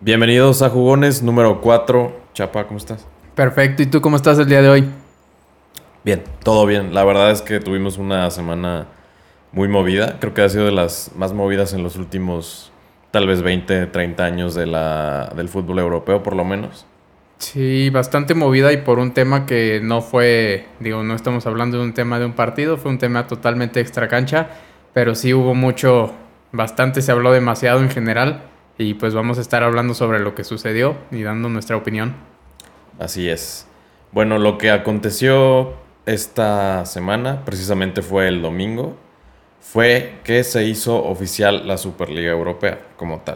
Bienvenidos a Jugones número 4. Chapa, ¿cómo estás? Perfecto, ¿y tú cómo estás el día de hoy? Bien, todo bien. La verdad es que tuvimos una semana muy movida. Creo que ha sido de las más movidas en los últimos tal vez 20, 30 años del fútbol europeo, por lo menos. Sí, bastante movida y por un tema que no fue, no estamos hablando de un tema de un partido, fue un tema totalmente extra cancha, pero sí hubo mucho, bastante, se habló demasiado en general y pues vamos a estar hablando sobre lo que sucedió y dando nuestra opinión. Así es. Bueno, lo que aconteció esta semana, precisamente fue el domingo, fue que se hizo oficial la Superliga Europea como tal.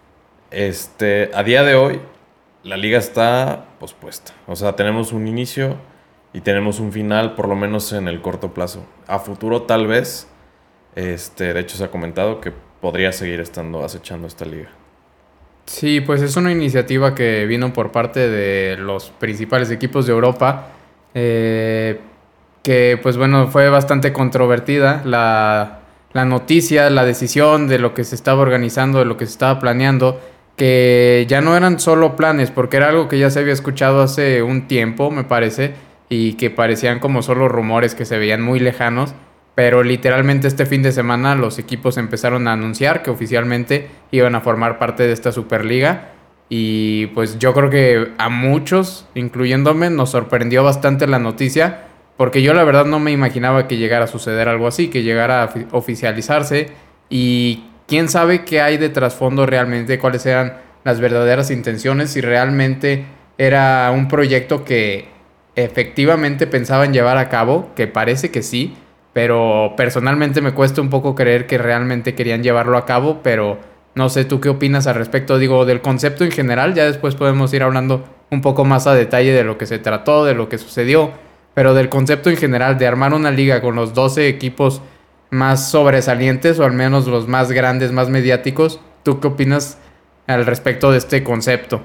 A día de hoy, la liga está pospuesta. O sea, tenemos un inicio y tenemos un final, por lo menos en el corto plazo. A futuro, tal vez, de hecho, se ha comentado que podría seguir estando acechando esta liga. Sí, pues es una iniciativa que vino por parte de los principales equipos de Europa, eh, que pues bueno, fue bastante controvertida la noticia, la decisión de lo que se estaba organizando, de lo que se estaba planeando, que ya no eran solo planes, porque era algo que ya se había escuchado hace un tiempo, me parece, y que parecían como solo rumores que se veían muy lejanos, pero literalmente este fin de semana los equipos empezaron a anunciar que oficialmente iban a formar parte de esta Superliga. Y pues yo creo que a muchos, incluyéndome, nos sorprendió bastante la noticia. Porque yo la verdad no me imaginaba que llegara a suceder algo así, que llegara a oficializarse. Y quién sabe qué hay de trasfondo realmente, cuáles eran las verdaderas intenciones, si realmente era un proyecto que efectivamente pensaban llevar a cabo, que parece que sí, pero personalmente me cuesta un poco creer que realmente querían llevarlo a cabo, pero no sé tú qué opinas al respecto, digo, del concepto en general, ya después podemos ir hablando un poco más a detalle de lo que se trató, de lo que sucedió, pero del concepto en general de armar una liga con los 12 equipos más sobresalientes o al menos los más grandes, más mediáticos, ¿tú qué opinas al respecto de este concepto?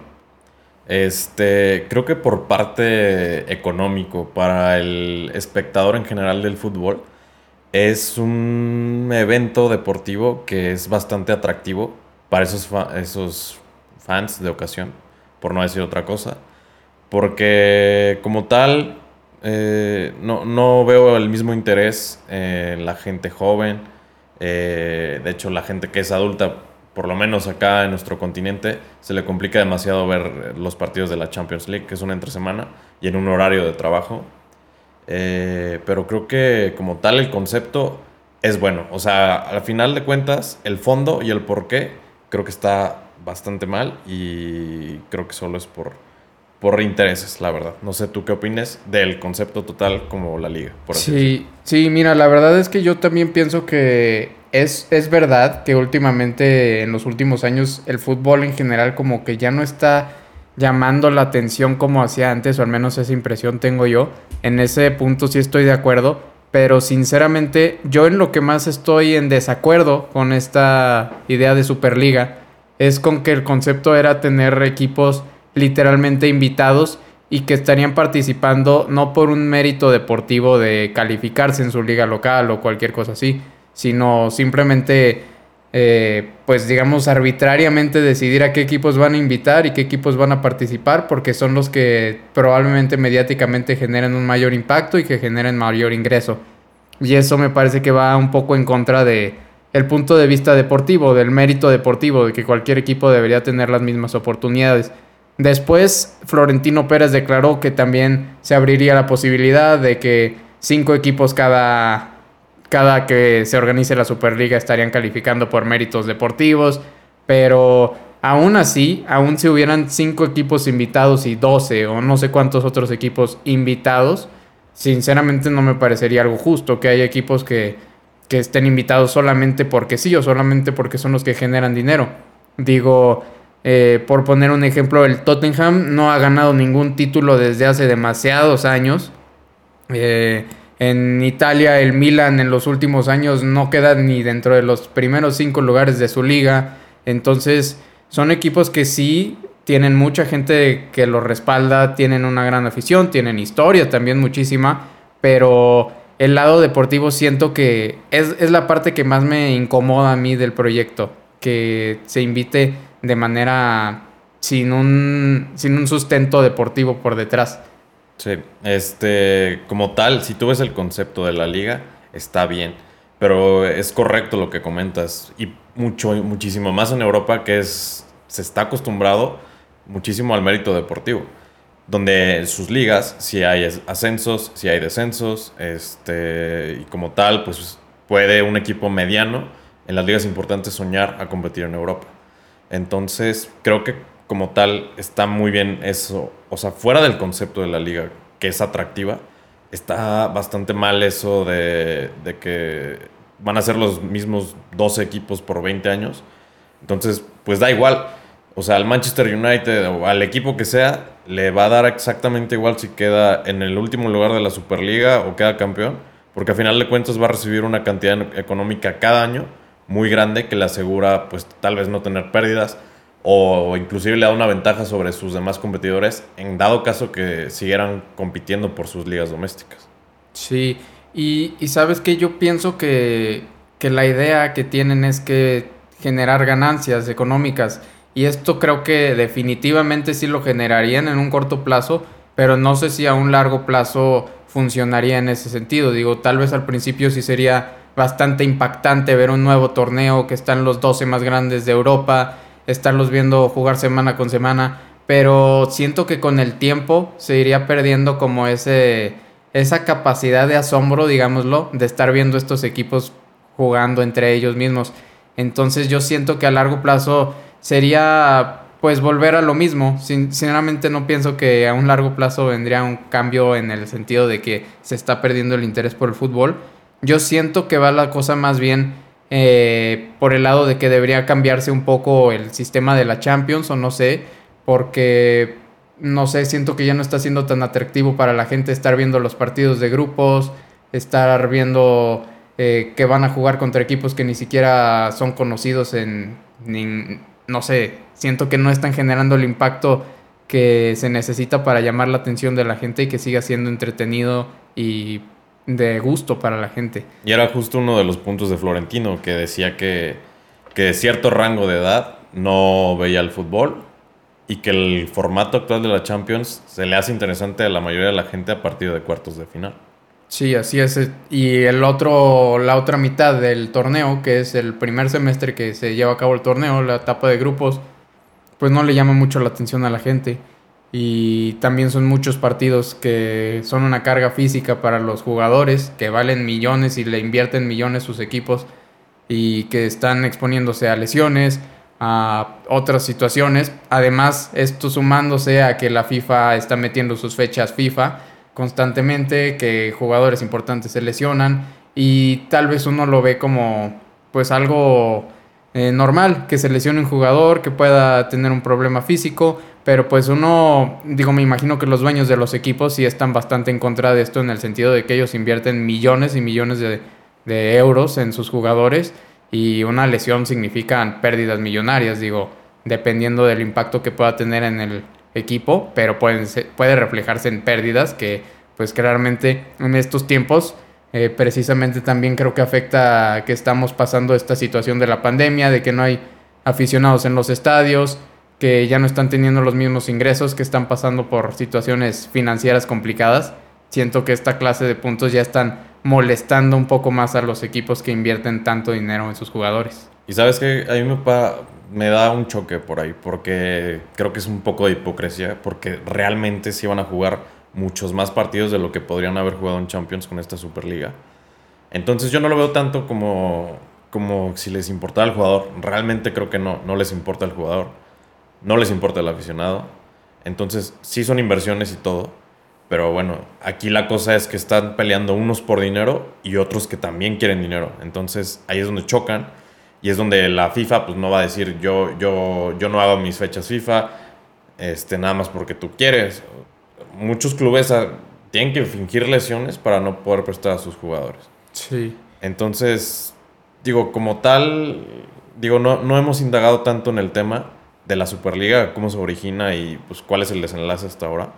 Creo que por parte económico, para el espectador en general del fútbol, es un evento deportivo que es bastante atractivo para esos fans de ocasión, por no decir otra cosa. Porque como tal, no veo el mismo interés en la gente joven. De hecho, la gente que es adulta, por lo menos acá en nuestro continente, se le complica demasiado ver los partidos de la Champions League, que es una entre semana y en un horario de trabajo. Pero creo que como tal el concepto es bueno. O sea, al final de cuentas, el fondo y el porqué creo que está bastante mal y creo que solo es por intereses, la verdad. No sé tú qué opines del concepto total como la liga, por así decirlo. Sí, sí, mira, la verdad es que yo también pienso que es verdad que últimamente, en los últimos años, el fútbol en general como que ya no está llamando la atención como hacía antes, o al menos esa impresión tengo yo. En ese punto sí estoy de acuerdo, pero sinceramente yo en lo que más estoy en desacuerdo con esta idea de Superliga es con que el concepto era tener equipos literalmente invitados y que estarían participando no por un mérito deportivo de calificarse en su liga local o cualquier cosa así, sino simplemente, pues digamos, arbitrariamente decidir a qué equipos van a invitar y qué equipos van a participar, porque son los que probablemente mediáticamente generen un mayor impacto y que generen mayor ingreso. Y eso me parece que va un poco en contra de el punto de vista deportivo, del mérito deportivo, de que cualquier equipo debería tener las mismas oportunidades. Después, Florentino Pérez declaró que también se abriría la posibilidad de que 5 equipos cada que se organice la Superliga estarían calificando por méritos deportivos, pero aún así, aún si hubieran 5 equipos invitados y 12 o no sé cuántos otros equipos invitados, sinceramente no me parecería algo justo que haya equipos que estén invitados solamente porque sí o solamente porque son los que generan dinero. Digo, por poner un ejemplo, el Tottenham no ha ganado ningún título desde hace demasiados años. En Italia, el Milan en los últimos años no queda ni dentro de los primeros 5 lugares de su liga. Entonces, son equipos que sí tienen mucha gente que los respalda, tienen una gran afición, tienen historia también muchísima, pero el lado deportivo siento que es la parte que más me incomoda a mí del proyecto, que se invite de manera sin un sustento deportivo por detrás. Sí, como tal, si tú ves el concepto de la liga, está bien, pero es correcto lo que comentas y muchísimo más en Europa se está acostumbrado muchísimo al mérito deportivo, donde en sus ligas si hay ascensos, si hay descensos, y como tal, pues puede un equipo mediano en las ligas importantes soñar a competir en Europa. Entonces, creo que como tal está muy bien eso. O sea, fuera del concepto de la liga, que es atractiva, está bastante mal eso de que van a ser los mismos 12 equipos por 20 años. Entonces, pues da igual. O sea, al Manchester United o al equipo que sea, le va a dar exactamente igual si queda en el último lugar de la Superliga o queda campeón, porque al final de cuentas va a recibir una cantidad económica cada año muy grande que le asegura, pues, tal vez no tener pérdidas o inclusive le da una ventaja sobre sus demás competidores en dado caso que siguieran compitiendo por sus ligas domésticas. Sí, y sabes que yo pienso que la idea que tienen es que generar ganancias económicas y esto creo que definitivamente sí lo generarían en un corto plazo, pero no sé si a un largo plazo funcionaría en ese sentido. Digo, tal vez al principio sí sería bastante impactante ver un nuevo torneo que están los 12 más grandes de Europa, estarlos viendo jugar semana con semana, pero siento que con el tiempo se iría perdiendo como esa capacidad de asombro, digámoslo, de estar viendo estos equipos jugando entre ellos mismos. Entonces yo siento que a largo plazo sería pues volver a lo mismo. Sinceramente no pienso que a un largo plazo vendría un cambio en el sentido de que se está perdiendo el interés por el fútbol. Yo siento que va la cosa más bien por el lado de que debería cambiarse un poco el sistema de la Champions o no sé, porque no sé, siento que ya no está siendo tan atractivo para la gente estar viendo los partidos de grupos, estar viendo que van a jugar contra equipos que ni siquiera son conocidos no sé, siento que no están generando el impacto que se necesita para llamar la atención de la gente y que siga siendo entretenido y de gusto para la gente. Y era justo uno de los puntos de Florentino, que decía que de cierto rango de edad no veía el fútbol y que el formato actual de la Champions se le hace interesante a la mayoría de la gente a partir de cuartos de final. Sí, así es. Y la otra mitad del torneo, que es el primer semestre que se lleva a cabo el torneo, la etapa de grupos, pues no le llama mucho la atención a la gente. Y también son muchos partidos que son una carga física para los jugadores, que valen millones y le invierten millones sus equipos y que están exponiéndose a lesiones, a otras situaciones. Además, esto sumándose a que la FIFA está metiendo sus fechas FIFA constantemente, que jugadores importantes se lesionan y tal vez uno lo ve como pues algo normal, que se lesione un jugador, que pueda tener un problema físico, pero pues uno, digo, me imagino que los dueños de los equipos sí están bastante en contra de esto en el sentido de que ellos invierten millones y millones de euros en sus jugadores y una lesión significan pérdidas millonarias, digo, dependiendo del impacto que pueda tener en el equipo, pero puede reflejarse en pérdidas que pues claramente en estos tiempos precisamente también creo que afecta que estamos pasando esta situación de la pandemia, de que no hay aficionados en los estadios, que ya no están teniendo los mismos ingresos, que están pasando por situaciones financieras complicadas. Siento que esta clase de puntos ya están molestando un poco más a los equipos que invierten tanto dinero en sus jugadores. Y sabes que a mí me da un choque por ahí, porque creo que es un poco de hipocresía, porque realmente sí van a jugar muchos más partidos de lo que podrían haber jugado en Champions con esta Superliga. Entonces yo no lo veo tanto como si les importara el jugador. Realmente creo que no les importa el jugador, no les importa el aficionado. Entonces sí son inversiones y todo, pero bueno, aquí la cosa es que están peleando unos por dinero y otros que también quieren dinero. Entonces ahí es donde chocan. Y es donde la FIFA pues no va a decir yo no hago mis fechas FIFA nada más porque tú quieres. Muchos clubes tienen que fingir lesiones para no poder prestar a sus jugadores. Sí. Entonces, digo, como tal, digo, no hemos indagado tanto en el tema de la Superliga, cómo se origina y pues cuál es el desenlace hasta ahora.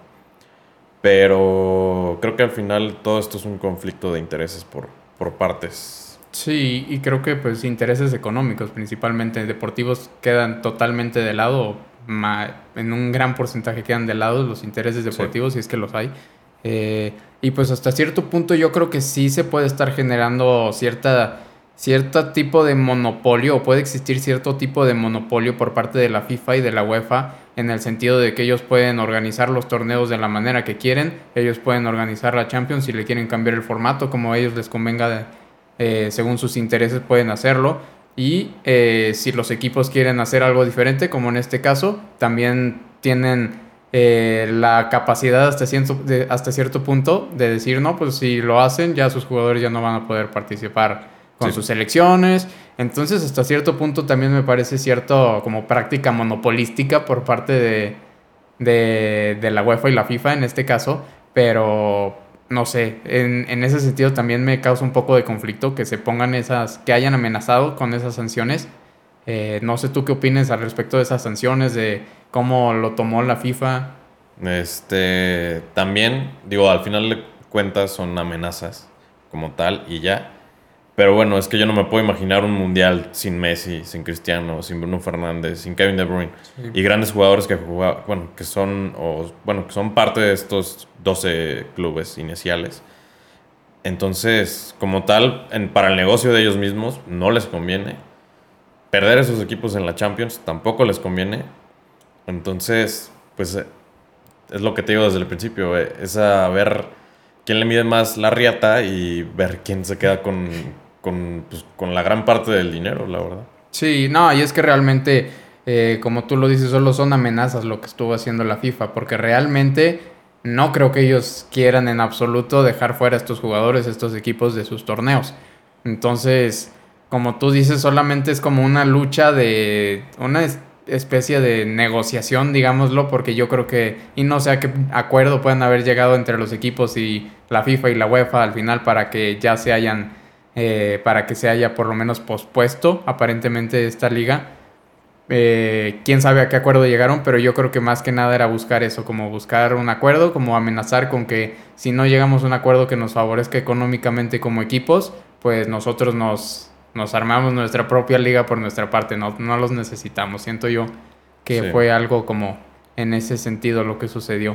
Pero creo que al final todo esto es un conflicto de intereses por partes. Sí, y creo que pues intereses económicos, principalmente deportivos, quedan totalmente de lado, en un gran porcentaje quedan de lado los intereses deportivos, si es que los hay. Y pues hasta cierto punto yo creo que sí se puede estar generando cierto tipo de monopolio, o puede existir cierto tipo de monopolio por parte de la FIFA y de la UEFA, en el sentido de que ellos pueden organizar los torneos de la manera que quieren, ellos pueden organizar la Champions si le quieren cambiar el formato como a ellos les convenga, según sus intereses pueden hacerlo. Y si los equipos quieren hacer algo diferente, como en este caso, también tienen la capacidad hasta cierto punto de decir, no, pues si lo hacen, ya sus jugadores ya no van a poder participar con sus selecciones. Entonces, hasta cierto punto también me parece cierto como práctica monopolística por parte de la UEFA y la FIFA en este caso, pero no sé, en ese sentido también me causa un poco de conflicto que se pongan que hayan amenazado con esas sanciones. No sé tú qué opines al respecto de esas sanciones, de cómo lo tomó la FIFA. También, digo, al final de cuentas son amenazas como tal y ya. Pero bueno, es que yo no me puedo imaginar un mundial sin Messi, sin Cristiano, sin Bruno Fernández, sin Kevin De Bruyne. Sí. Y grandes jugadores que son parte de estos 12 clubes iniciales. Entonces, como tal, para el negocio de ellos mismos no les conviene. Perder esos equipos en la Champions tampoco les conviene. Entonces, pues es lo que te digo desde el principio, es a ver quién le mide más la riata y ver quién se queda con la gran parte del dinero, la verdad. Sí, no, y es que realmente, como tú lo dices, solo son amenazas lo que estuvo haciendo la FIFA, porque realmente no creo que ellos quieran en absoluto dejar fuera a estos jugadores, estos equipos de sus torneos. Entonces, como tú dices, solamente es como una lucha de una especie de negociación, digámoslo, porque yo creo que, y no sé a qué acuerdo pueden haber llegado entre los equipos y la FIFA y la UEFA al final para que ya para que se haya por lo menos pospuesto aparentemente esta liga. Quién sabe a qué acuerdo llegaron, pero yo creo que más que nada era buscar eso, como buscar un acuerdo, como amenazar con que si no llegamos a un acuerdo que nos favorezca económicamente como equipos, pues nosotros nos armamos nuestra propia liga por nuestra parte, no los necesitamos. Siento yo que Sí. fue algo como en ese sentido lo que sucedió.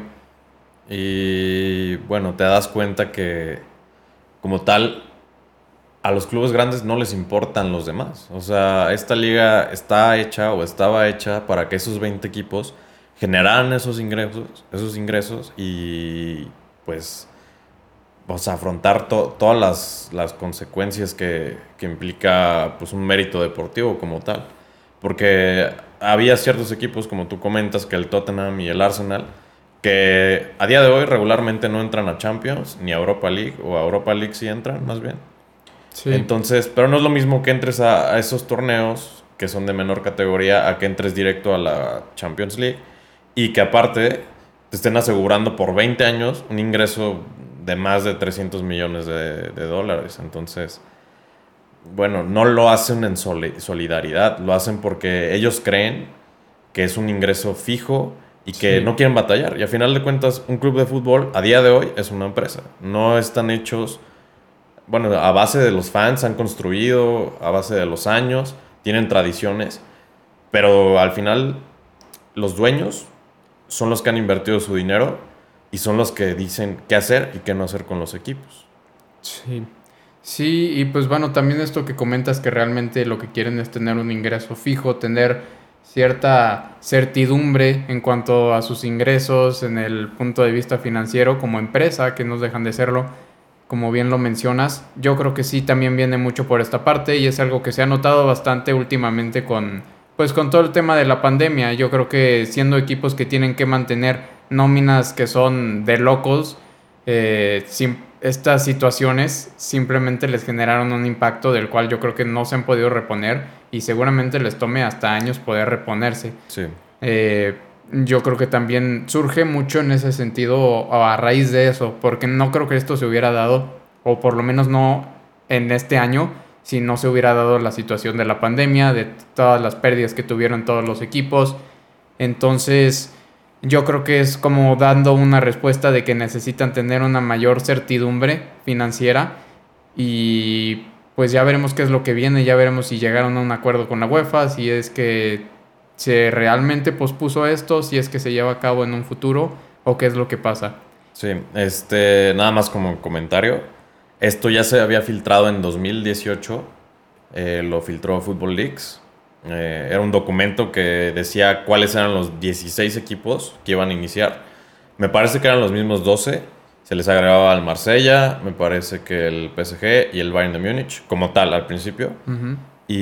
Y bueno, te das cuenta que como tal, a los clubes grandes no les importan los demás. O sea, esta liga está hecha o estaba hecha para que esos 20 equipos generaran esos ingresos y pues afrontar todas las consecuencias que implica pues un mérito deportivo como tal. Porque había ciertos equipos, como tú comentas, que el Tottenham y el Arsenal, que a día de hoy regularmente no entran a Champions ni a Europa League, o a Europa League sí entran más bien. Sí. Entonces, pero no es lo mismo que entres a esos torneos que son de menor categoría a que entres directo a la Champions League y que aparte te estén asegurando por 20 años un ingreso de más de 300 millones de dólares. Entonces, bueno, no lo hacen en solidaridad, lo hacen porque ellos creen que es un ingreso fijo y que Sí. no quieren batallar. Y a final de cuentas, un club de fútbol a día de hoy es una empresa. No están hechos, bueno, a base de los fans, han construido, a base de los años, tienen tradiciones, pero al final los dueños son los que han invertido su dinero y son los que dicen qué hacer y qué no hacer con los equipos. Sí. Sí, y pues bueno, también esto que comentas que realmente lo que quieren es tener un ingreso fijo, tener cierta certidumbre en cuanto a sus ingresos en el punto de vista financiero como empresa, que no dejan de serlo, como bien lo mencionas. Yo creo que sí también viene mucho por esta parte y es algo que se ha notado bastante últimamente con todo el tema de la pandemia. Yo creo que siendo equipos que tienen que mantener nóminas que son de locos, estas situaciones simplemente les generaron un impacto del cual yo creo que no se han podido reponer y seguramente les tome hasta años poder reponerse. Sí, Eh, yo creo que también surge mucho en ese sentido a raíz de eso, porque no creo que esto se hubiera dado, o por lo menos no en este año, si no se hubiera dado la situación de la pandemia, de todas las pérdidas que tuvieron todos los equipos. Entonces, yo creo que es como dando una respuesta de que necesitan tener una mayor certidumbre financiera y pues ya veremos qué es lo que viene, ya veremos si llegaron a un acuerdo con la UEFA, si es que ¿Se realmente pospuso esto? ¿Si es que se lleva a cabo en un futuro? ¿O qué es lo que pasa? Sí, nada más como comentario. Esto ya se había filtrado en 2018, lo filtró Football Leaks. Era un documento que decía cuáles eran los 16 equipos que iban a iniciar. Me parece que eran los mismos 12. Se les agregaba al Marsella, me parece que el PSG y el Bayern de Múnich, como tal al principio. Ujú.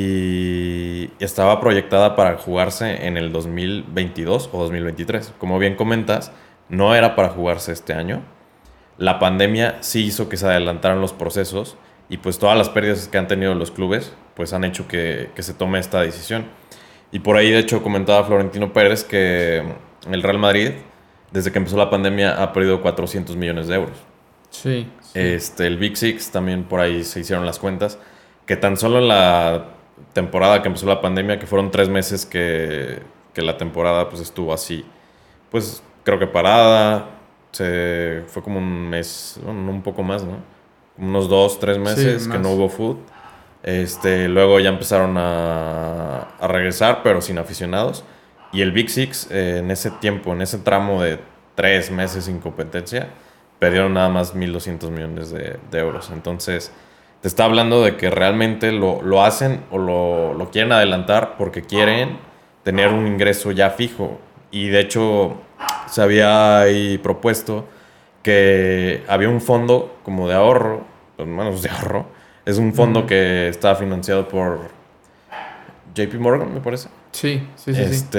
Y estaba proyectada para jugarse en el 2022 o 2023. Como bien comentas, no era para jugarse este año. La pandemia sí hizo que se adelantaran los procesos y pues todas las pérdidas que han tenido los clubes pues han hecho que se tome esta decisión. Y por ahí de hecho comentaba Florentino Pérez que el Real Madrid desde que empezó la pandemia ha perdido 400 millones de euros. Sí, sí. El Big Six también por ahí se hicieron las cuentas, que tan solo en la temporada que empezó la pandemia, que fueron 3 meses que la temporada pues estuvo así, pues creo que parada, fue como un mes, bueno, un poco más, ¿no? Unos 2, 3 meses Sí, que no más. hubo fútbol. Luego ya empezaron a regresar, pero sin aficionados. Y el Big Six, en ese tiempo, en ese tramo de 3 meses sin competencia, perdieron nada más 1.200 millones de euros. Entonces, te está hablando de que realmente lo hacen o lo quieren adelantar porque quieren tener un ingreso ya fijo. Y de hecho, se había ahí propuesto que había un fondo como de ahorro, pues, manos de ahorro. Es un fondo Ujú. que estaba financiado por JP Morgan, me parece. Sí, sí, sí, sí.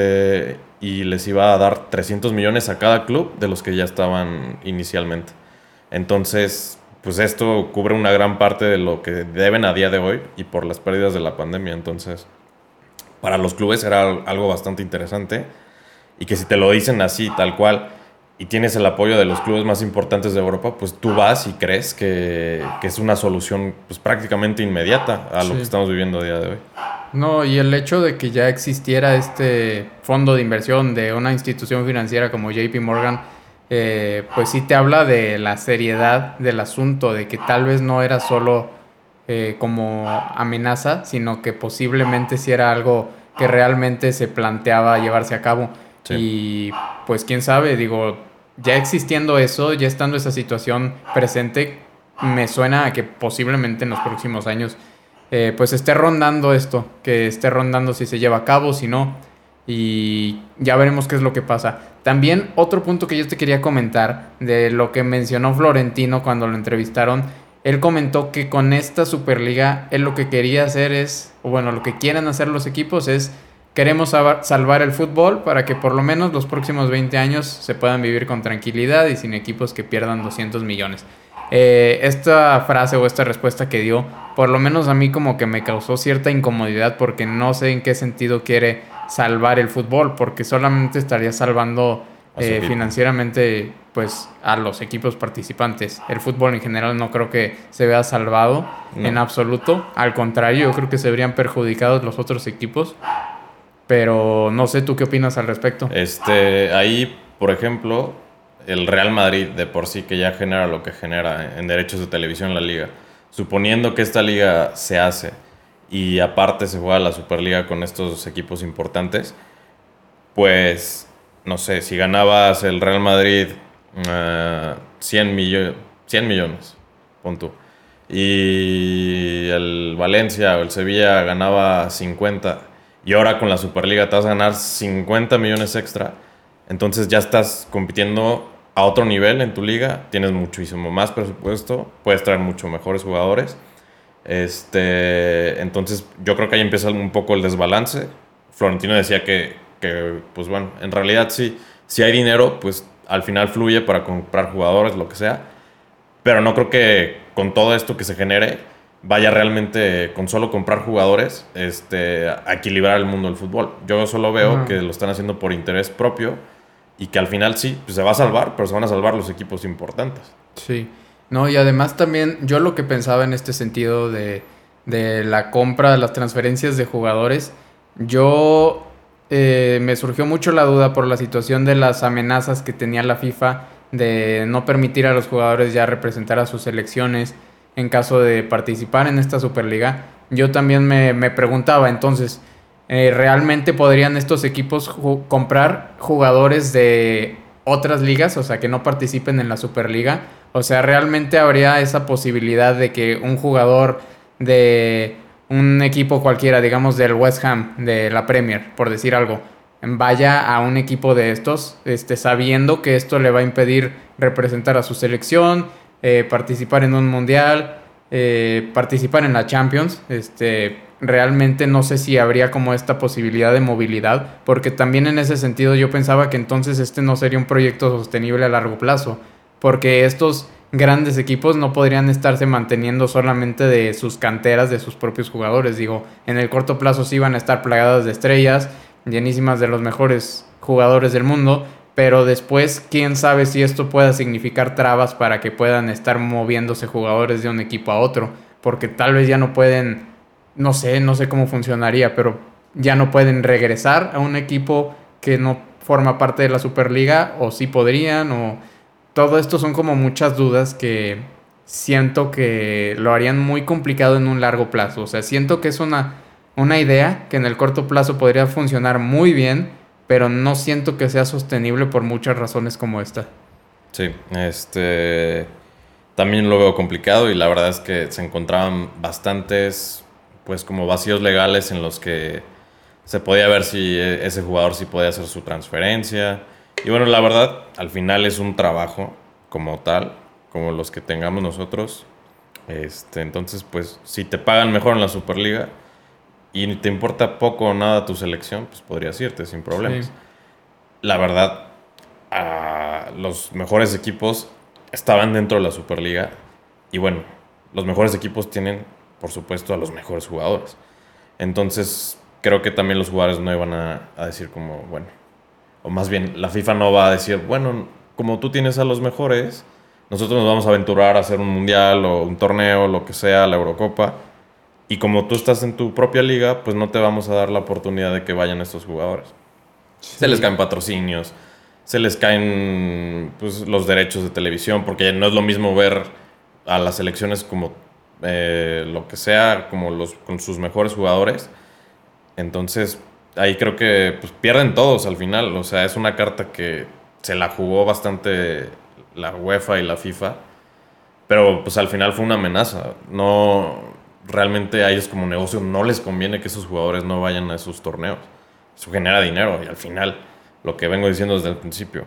Y les iba a dar 300 millones a cada club de los que ya estaban inicialmente. Entonces, pues esto cubre una gran parte de lo que deben a día de hoy y por las pérdidas de la pandemia. Entonces, para los clubes era algo bastante interesante y que si te lo dicen así, tal cual, y tienes el apoyo de los clubes más importantes de Europa, pues tú vas y crees que es una solución pues prácticamente inmediata a lo que Sí. estamos viviendo a día de hoy. No, y el hecho de que ya existiera este fondo de inversión de una institución financiera como JP Morgan, pues sí te habla de la seriedad del asunto, de que tal vez no era solo como amenaza, sino que posiblemente sí era algo que realmente se planteaba llevarse a cabo. Sí. Y pues quién sabe, digo, ya existiendo eso, ya estando esa situación presente, me suena a que posiblemente en los próximos años pues esté rondando esto, que esté rondando si se lleva a cabo, si no, y ya veremos qué es lo que pasa. También otro punto que yo te quería comentar de lo que mencionó Florentino cuando lo entrevistaron, él comentó que con esta Superliga él lo que quería hacer es, o bueno, lo que quieren hacer los equipos es, queremos salvar el fútbol para que por lo menos los próximos 20 años se puedan vivir con tranquilidad y sin equipos que pierdan 200 millones. Esta frase o esta respuesta que dio, por lo menos a mí como que me causó cierta incomodidad porque no sé en qué sentido quiere salvar el fútbol, porque solamente estaría salvando A su equipo. financieramente pues a los equipos participantes. El fútbol en general no creo que se vea salvado No. en absoluto, al contrario, yo creo que se verían perjudicados los otros equipos, pero no sé, ¿tú qué opinas al respecto? Ahí, por ejemplo, el Real Madrid de por sí que ya genera lo que genera en derechos de televisión en la liga. Suponiendo que esta liga se hace y aparte se juega la Superliga con estos equipos importantes, pues no sé, si ganabas el Real Madrid 100 millones, pon tú, y el Valencia o el Sevilla ganaba 50 y ahora con la Superliga te vas a ganar 50 millones extra, entonces ya estás compitiendo a otro nivel en tu liga, tienes muchísimo más presupuesto, puedes traer mucho mejores jugadores. Entonces yo creo que ahí empieza un poco el desbalance. Florentino decía pues bueno, en realidad sí, si hay dinero, pues al final fluye para comprar jugadores, lo que sea. Pero no creo que con todo esto que se genere vaya realmente con solo comprar jugadores a equilibrar el mundo del fútbol. Yo solo veo No. que lo están haciendo por interés propio y que al final sí, pues se va a salvar, pero se van a salvar los equipos importantes. Sí, no, y además también yo lo que pensaba en este sentido de la compra, de las transferencias de jugadores, yo me surgió mucho la duda por la situación de las amenazas que tenía la FIFA de no permitir a los jugadores ya representar a sus selecciones en caso de participar en esta Superliga. Yo también me preguntaba entonces, ¿realmente podrían estos equipos comprar jugadores de otras ligas? O sea, que no participen en la Superliga. O sea, ¿realmente habría esa posibilidad de que un jugador de un equipo cualquiera, digamos del West Ham, de la Premier, por decir algo, vaya a un equipo de estos, sabiendo que esto le va a impedir representar a su selección, participar en un mundial, participar en la Champions? Realmente no sé si habría como esta posibilidad de movilidad, porque también en ese sentido yo pensaba que entonces no sería un proyecto sostenible a largo plazo, porque estos grandes equipos no podrían estarse manteniendo solamente de sus canteras, de sus propios jugadores. Digo, en el corto plazo sí van a estar plagadas de estrellas, llenísimas de los mejores jugadores del mundo, pero después, quién sabe si esto pueda significar trabas para que puedan estar moviéndose jugadores de un equipo a otro, porque tal vez ya no pueden, no sé cómo funcionaría, pero ya no pueden regresar a un equipo que no forma parte de la Superliga, o sí podrían, o todo esto son como muchas dudas que siento que lo harían muy complicado en un largo plazo. O sea, siento que es una idea que en el corto plazo podría funcionar muy bien, pero no siento que sea sostenible por muchas razones como esta. Sí, también lo veo complicado y la verdad es que se encontraban bastantes, pues como vacíos legales en los que se podía ver si ese jugador sí podía hacer su transferencia. Y bueno, la verdad, al final es un trabajo como tal, como los que tengamos nosotros. Entonces, pues si te pagan mejor en la Superliga y te importa poco o nada tu selección, pues podrías irte sin Sí, problemas. La verdad, los mejores equipos estaban dentro de la Superliga y bueno, los mejores equipos tienen, por supuesto, a los mejores jugadores. Entonces, creo que también los jugadores no iban a decir como, bueno, o más bien la FIFA no va a decir, bueno, como tú tienes a los mejores, nosotros nos vamos a aventurar a hacer un mundial o un torneo, lo que sea, la Eurocopa, y como tú estás en tu propia liga, pues no te vamos a dar la oportunidad de que vayan estos jugadores. Se les sí, caen patrocinios, se les caen pues, los derechos de televisión, porque no es lo mismo ver a las selecciones como lo que sea, como con sus mejores jugadores. Entonces, ahí creo que pues, pierden todos al final. O sea, es una carta que se la jugó bastante la UEFA y la FIFA, pero pues al final fue una amenaza. No, realmente a ellos como negocio no les conviene que esos jugadores no vayan a esos torneos. Eso genera dinero y al final, lo que vengo diciendo desde el principio,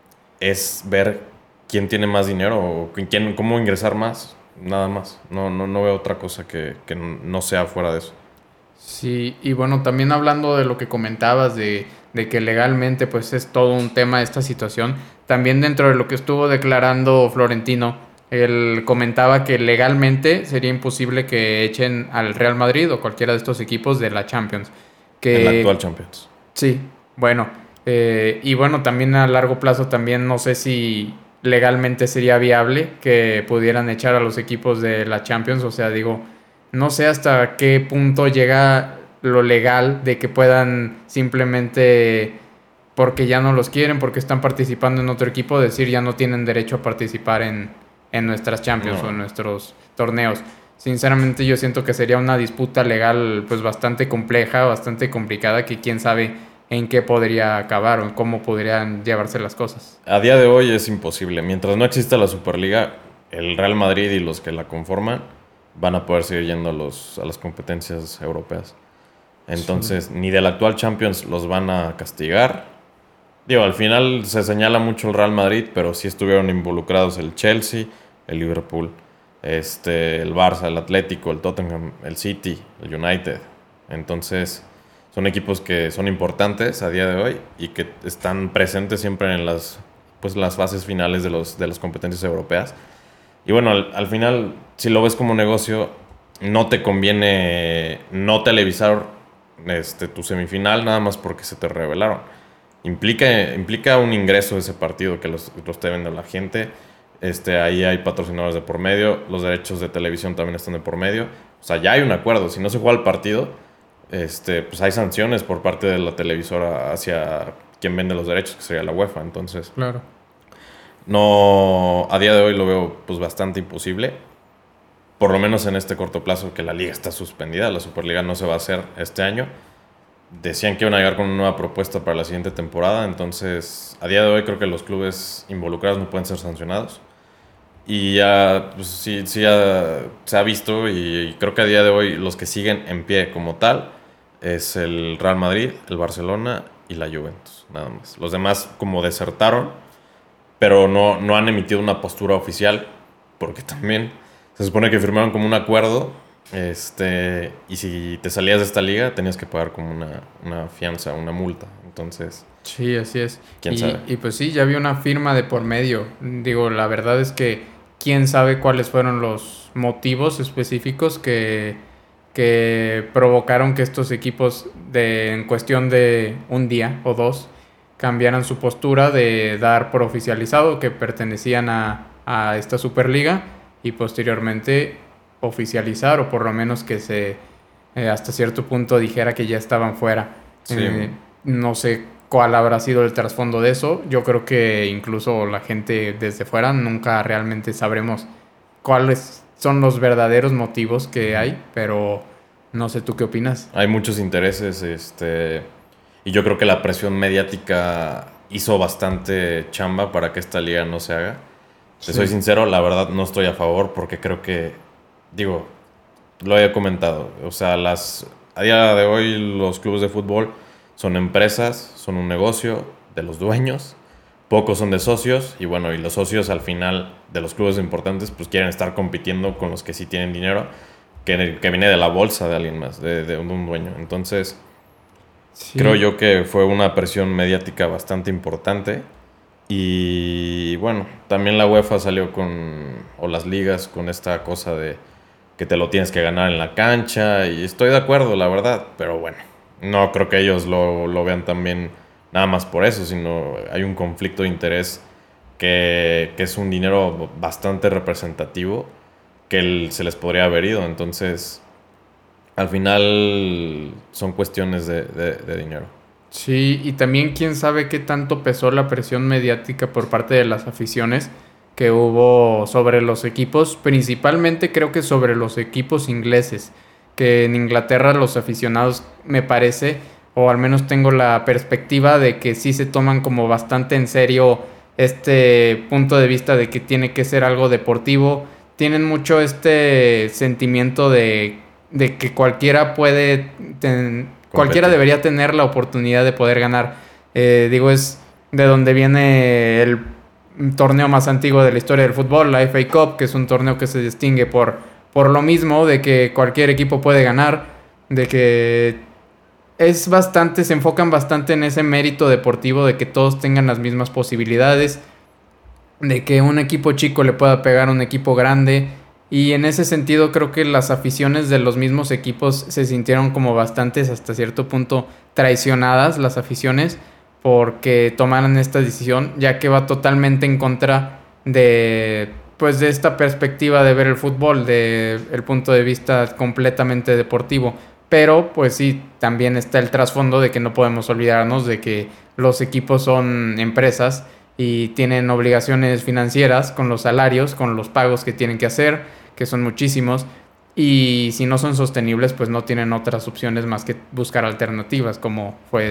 es ver quién tiene más dinero o cómo ingresar más. Nada más. No veo otra cosa que no sea fuera de eso. sí, y bueno, también hablando de lo que comentabas de que legalmente pues es todo un tema esta situación, también dentro de lo que estuvo declarando Florentino, él comentaba que legalmente sería imposible que echen al Real Madrid o cualquiera de estos equipos de la Champions. En la Que actual Champions. sí, bueno, y bueno, también a largo plazo también no sé si legalmente sería viable que pudieran echar a los equipos de la Champions. O sea, digo, no sé hasta qué punto llega lo legal de que puedan simplemente, porque ya no los quieren, porque están participando en otro equipo, decir ya no tienen derecho a participar en nuestras Champions o en No. nuestros torneos. Sinceramente yo siento que sería una disputa legal pues bastante compleja, bastante complicada, que quién sabe en qué podría acabar o en cómo podrían llevarse las cosas. A día de hoy es imposible. Mientras no exista la Superliga, el Real Madrid y los que la conforman van a poder seguir yendo a las competencias europeas. Sí, Entonces, ni del actual Champions los van a castigar. Digo, al final se señala mucho el Real Madrid, pero sí estuvieron involucrados el Chelsea, el Liverpool, el Barça, el Atlético, el Tottenham, el City, el United. Entonces, son equipos que son importantes a día de hoy y que están presentes siempre en las fases finales de las competencias europeas. Y bueno, al final, si lo ves como negocio, no te conviene no televisar tu semifinal nada más porque se te revelaron. Implica un ingreso de ese partido que lo esté viendo la gente. Ahí hay patrocinadores de por medio, los derechos de televisión también están de por medio. O sea, ya hay un acuerdo. Si no se juega el partido, pues hay sanciones por parte de la televisora hacia quien vende los derechos, que sería la UEFA. Entonces, claro. no, a día de hoy lo veo pues bastante imposible. Por lo menos en este corto plazo que la liga está suspendida, la Superliga no se va a hacer este año. decían que iban a llegar con una nueva propuesta para la siguiente temporada. Entonces, a día de hoy creo que los clubes involucrados no pueden ser sancionados. Y ya, pues, sí, sí se ha visto y creo que a día de hoy los que siguen en pie como tal es el Real Madrid, el Barcelona y la Juventus, nada más. Los demás como desertaron, pero no han emitido una postura oficial, porque también se supone que firmaron como un acuerdo, y si te salías de esta liga tenías que pagar como una fianza, una multa. Entonces, Sí, así es. quién sabe. Y pues sí, ya había una firma de por medio. Digo, la verdad es que quién sabe cuáles fueron los motivos específicos que provocaron que estos equipos en cuestión de un día o dos cambiaran su postura de dar por oficializado que pertenecían a esta Superliga y posteriormente oficializar o por lo menos que se hasta cierto punto dijera que ya estaban fuera. Sí, No sé cuál habrá sido el trasfondo de eso. Yo creo que incluso la gente desde fuera nunca realmente sabremos cuáles son los verdaderos motivos que hay, pero no sé tú qué opinas. hay muchos intereses, y yo creo que la presión mediática hizo bastante chamba para que esta liga no se haga. Te soy Sí. sincero, la verdad no estoy a favor porque creo que, digo, lo he comentado, o sea, a día de hoy los clubes de fútbol son empresas, son un negocio de los dueños, pocos son de socios y bueno, y los socios al final de los clubes importantes pues quieren estar compitiendo con los que sí tienen dinero, que viene de la bolsa de alguien más, de un dueño. Entonces, creo Sí. yo que fue una presión mediática bastante importante. Y bueno, también la UEFA salió o las ligas, con esta cosa de que te lo tienes que ganar en la cancha. Y estoy de acuerdo, la verdad. Pero bueno, no creo que ellos lo vean también nada más por eso, sino hay un conflicto de interés que es un dinero bastante representativo que se les podría haber ido. Entonces, al final son cuestiones de dinero. Sí, y también quién sabe qué tanto pesó la presión mediática por parte de las aficiones que hubo sobre los equipos, principalmente creo que sobre los equipos ingleses, que en Inglaterra los aficionados me parece, o al menos tengo la perspectiva de que sí se toman como bastante en serio este punto de vista de que tiene que ser algo deportivo, tienen mucho este sentimiento de que cualquiera puede cualquiera Competir. debería tener la oportunidad de poder ganar. Digo, es de donde viene el torneo más antiguo de la historia del fútbol, la FA Cup, que es un torneo que se distingue por lo mismo, de que cualquier equipo puede ganar, de que es bastante, se enfocan bastante en ese mérito deportivo de que todos tengan las mismas posibilidades, de que un equipo chico le pueda pegar a un equipo grande. Y en ese sentido creo que las aficiones de los mismos equipos se sintieron como bastantes hasta cierto punto traicionadas las aficiones porque tomaron esta decisión ya que va totalmente en contra de pues de esta perspectiva de ver el fútbol, de el punto de vista completamente deportivo. Pero pues sí, también está el trasfondo de que no podemos olvidarnos de que los equipos son empresas y tienen obligaciones financieras con los salarios, con los pagos que tienen que hacer, que son muchísimos, y si no son sostenibles, pues no tienen otras opciones más que buscar alternativas, como fue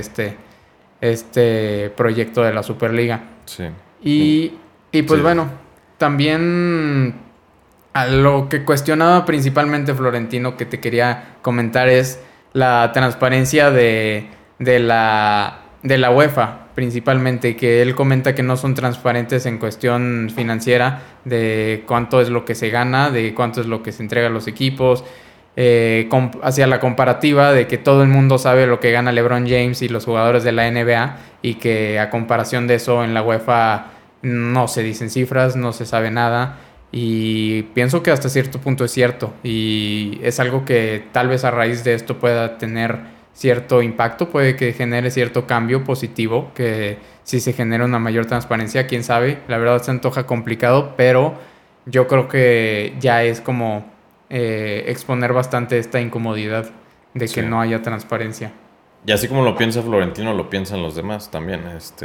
este proyecto de la Superliga. Sí. Y, y pues Sí, sí, bueno, también a lo que cuestionaba principalmente Florentino que te quería comentar es la transparencia de la UEFA, principalmente, que él comenta que no son transparentes en cuestión financiera de cuánto es lo que se gana, de cuánto es lo que se entrega a los equipos, hacia la comparativa de que todo el mundo sabe lo que gana LeBron James y los jugadores de la NBA y que a comparación de eso en la UEFA no se dicen cifras, no se sabe nada. Y pienso que hasta cierto punto es cierto y es algo que tal vez a raíz de esto pueda tener cierto impacto, puede que genere cierto cambio positivo, que si se genera una mayor transparencia, quién sabe, la verdad se antoja complicado, pero yo creo que ya es como exponer bastante esta incomodidad de que sí. no haya transparencia. Y así como lo piensa Florentino, lo piensan los demás también.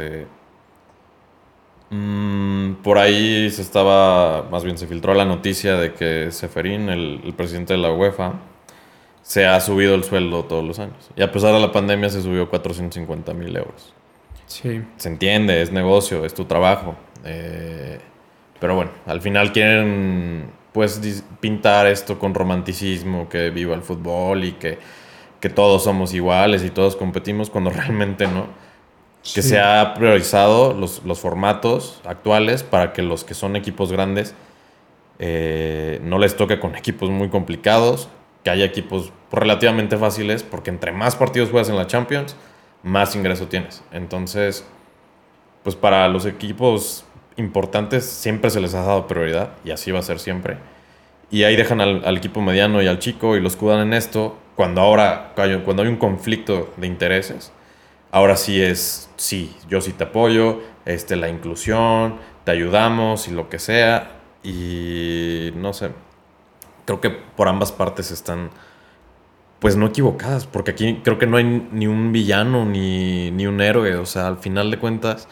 Por ahí más bien se filtró la noticia de que Ceferín, el presidente de la UEFA, se ha subido el sueldo todos los años. Y a pesar de la pandemia se subió 450,000 euros. Sí. Se entiende, es negocio, es tu trabajo. Pero bueno, al final quieren pues pintar esto con romanticismo, que viva el fútbol y que todos somos iguales y todos competimos, cuando realmente no. Que Sí. se ha priorizado los formatos actuales para que los que son equipos grandes no les toque con equipos muy complicados, que haya equipos relativamente fáciles, porque entre más partidos juegas en la Champions, más ingreso tienes. Entonces, pues para los equipos importantes siempre se les ha dado prioridad y así va a ser siempre. Y ahí dejan al equipo mediano y al chico y los cuidan en esto. Cuando hay un conflicto de intereses, ahora sí sí, yo sí te apoyo, la inclusión, te ayudamos y lo que sea. Y no sé, creo que por ambas partes están, pues no equivocadas, porque aquí creo que no hay ni un villano ni un héroe. O sea, al final de cuentas,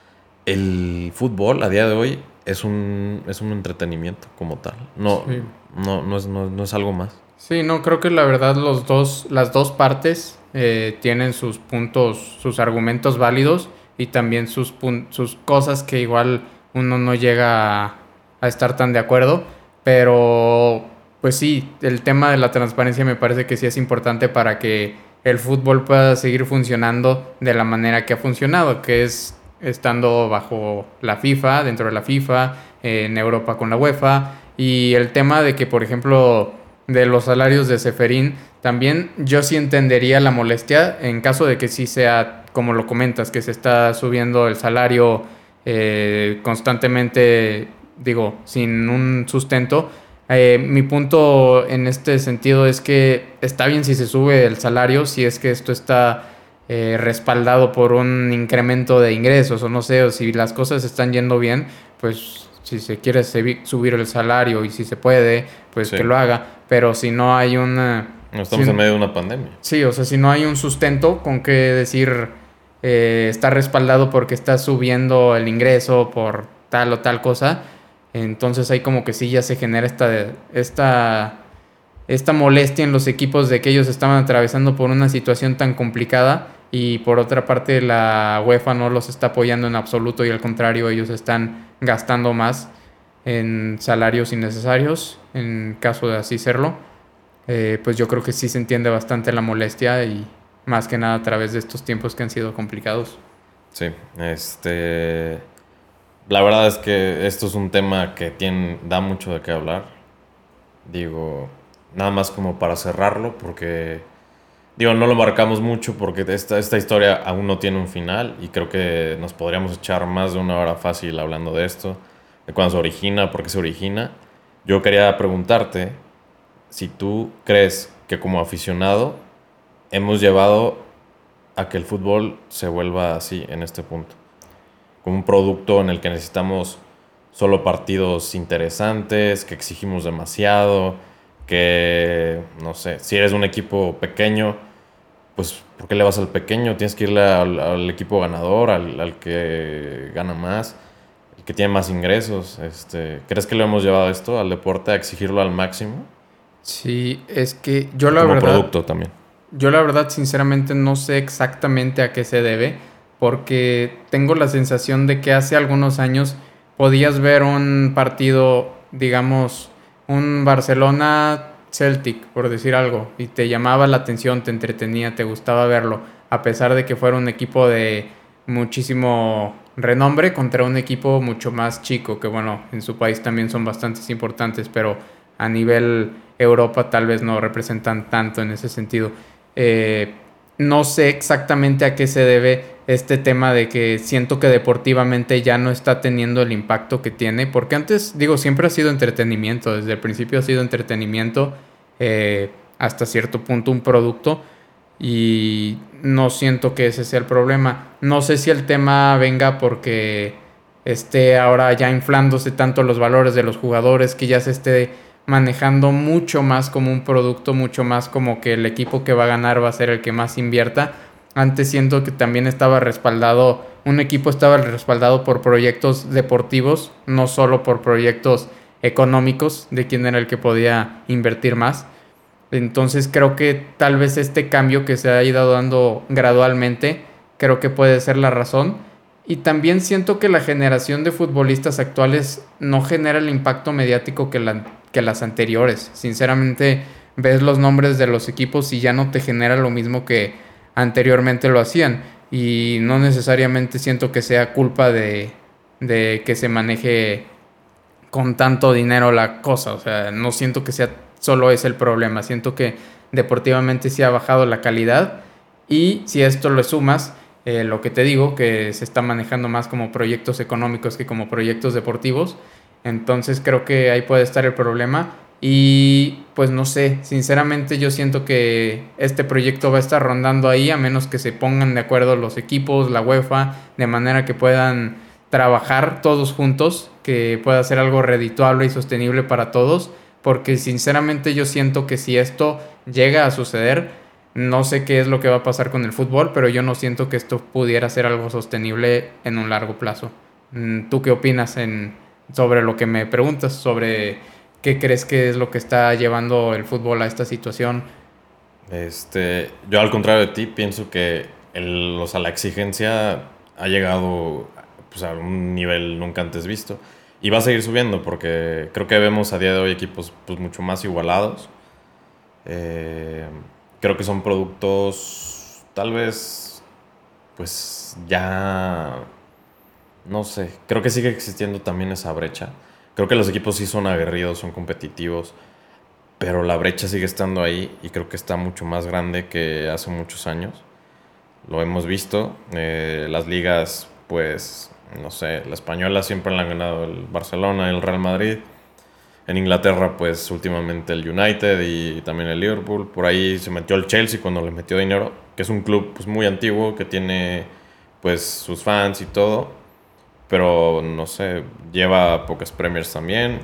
el fútbol a día de hoy es un entretenimiento como tal. No, Sí. no es algo más. Sí, no, creo que la verdad las dos partes tienen sus puntos, sus argumentos válidos y también sus cosas que igual uno no llega a estar tan de acuerdo, pero pues sí, el tema de la transparencia me parece que sí es importante para que el fútbol pueda seguir funcionando de la manera que ha funcionado, que es estando bajo la FIFA, dentro de la FIFA, en Europa con la UEFA, y el tema de que, por ejemplo, de los salarios de Ceferín, también yo sí entendería la molestia en caso de que sí sea, como lo comentas, que se está subiendo el salario constantemente, digo, sin un sustento. Mi punto en este sentido es que está bien si se sube el salario, si es que esto está respaldado por un incremento de ingresos o no sé, o si las cosas están yendo bien, pues si se quiere subir el salario y si se puede, pues Sí. que lo haga, pero si no hay una... No estamos si- en medio de una pandemia. Sí, o sea, si no hay un sustento con que decir está respaldado porque está subiendo el ingreso por tal o tal cosa, entonces ahí como que sí ya se genera esta molestia en los equipos de que ellos estaban atravesando por una situación tan complicada y por otra parte la UEFA no los está apoyando en absoluto y al contrario ellos están gastando más en salarios innecesarios en caso de así serlo. Pues yo creo que sí se entiende bastante la molestia y más que nada a través de estos tiempos que han sido complicados. Sí, la verdad es que esto es un tema que da mucho de qué hablar. Digo, nada más como para cerrarlo, porque, digo, no lo marcamos mucho porque esta historia aún no tiene un final y creo que nos podríamos echar más de una hora fácil hablando de esto, de cuándo se origina, por qué se origina. Yo quería preguntarte si tú crees que como aficionado hemos llevado a que el fútbol se vuelva así en este punto, como un producto en el que necesitamos solo partidos interesantes, que exigimos demasiado, que, no sé, si eres un equipo pequeño, pues ¿por qué le vas al pequeño? Tienes que irle al equipo ganador, al que gana más, el que tiene más ingresos. ¿Crees que lo hemos llevado esto al deporte, a exigirlo al máximo? Sí, es que yo la Como verdad... producto también. Yo la verdad sinceramente no sé exactamente a qué se debe, porque tengo la sensación de que hace algunos años podías ver un partido, digamos, un Barcelona Celtic, por decir algo, y te llamaba la atención, te entretenía, te gustaba verlo, a pesar de que fuera un equipo de muchísimo renombre contra un equipo mucho más chico, que bueno, en su país también son bastante importantes, pero a nivel Europa tal vez no representan tanto en ese sentido. Eh, no sé exactamente a qué se debe este tema de que siento que deportivamente ya no está teniendo el impacto que tiene, porque antes, digo, siempre ha sido entretenimiento, desde el principio ha sido entretenimiento, hasta cierto punto un producto, y no siento que ese sea el problema. No sé si el tema venga porque esté ahora ya inflándose tanto los valores de los jugadores, que ya se esté manejando mucho más como un producto, mucho más como que el equipo que va a ganar va a ser el que más invierta. Antes siento que también estaba respaldado, un equipo estaba respaldado por proyectos deportivos, no solo por proyectos económicos de quién era el que podía invertir más. Entonces creo que tal vez este cambio que se ha ido dando gradualmente, creo que puede ser la razón. Y también siento que la generación de futbolistas actuales no genera el impacto mediático que las anteriores. Sinceramente, ves los nombres de los equipos y ya no te genera lo mismo que anteriormente lo hacían. Y no necesariamente siento que sea culpa de que se maneje con tanto dinero la cosa. O sea, no siento que sea solo ese el problema. Siento que deportivamente sí ha bajado la calidad. Y si a esto lo sumas, lo que te digo, que se está manejando más como proyectos económicos que como proyectos deportivos, entonces creo que ahí puede estar el problema. Y pues no sé, sinceramente yo siento que este proyecto va a estar rondando ahí a menos que se pongan de acuerdo los equipos, la UEFA, de manera que puedan trabajar todos juntos, que pueda ser algo redituable y sostenible para todos, porque sinceramente yo siento que si esto llega a suceder, no sé qué es lo que va a pasar con el fútbol, pero yo no siento que esto pudiera ser algo sostenible en un largo plazo. ¿Tú qué opinas sobre lo que me preguntas, sobre qué crees que es lo que está llevando el fútbol a esta situación? Yo al contrario de ti pienso que o sea, la exigencia ha llegado pues, a un nivel nunca antes visto y va a seguir subiendo porque creo que vemos a día de hoy equipos pues, mucho más igualados. Eh, Creo que son productos tal vez pues ya no sé, creo que sigue existiendo también esa brecha. Creo que los equipos sí son aguerridos, son competitivos, pero la brecha sigue estando ahí y creo que está mucho más grande que hace muchos años. Lo hemos visto. Las ligas, pues, no sé, la española siempre la han ganado el Barcelona, el Real Madrid. En Inglaterra, pues, últimamente el United y también el Liverpool. Por ahí se metió el Chelsea cuando le metió dinero, que es un club pues, muy antiguo, que tiene pues sus fans y todo. Pero, no sé, lleva pocas premiers también.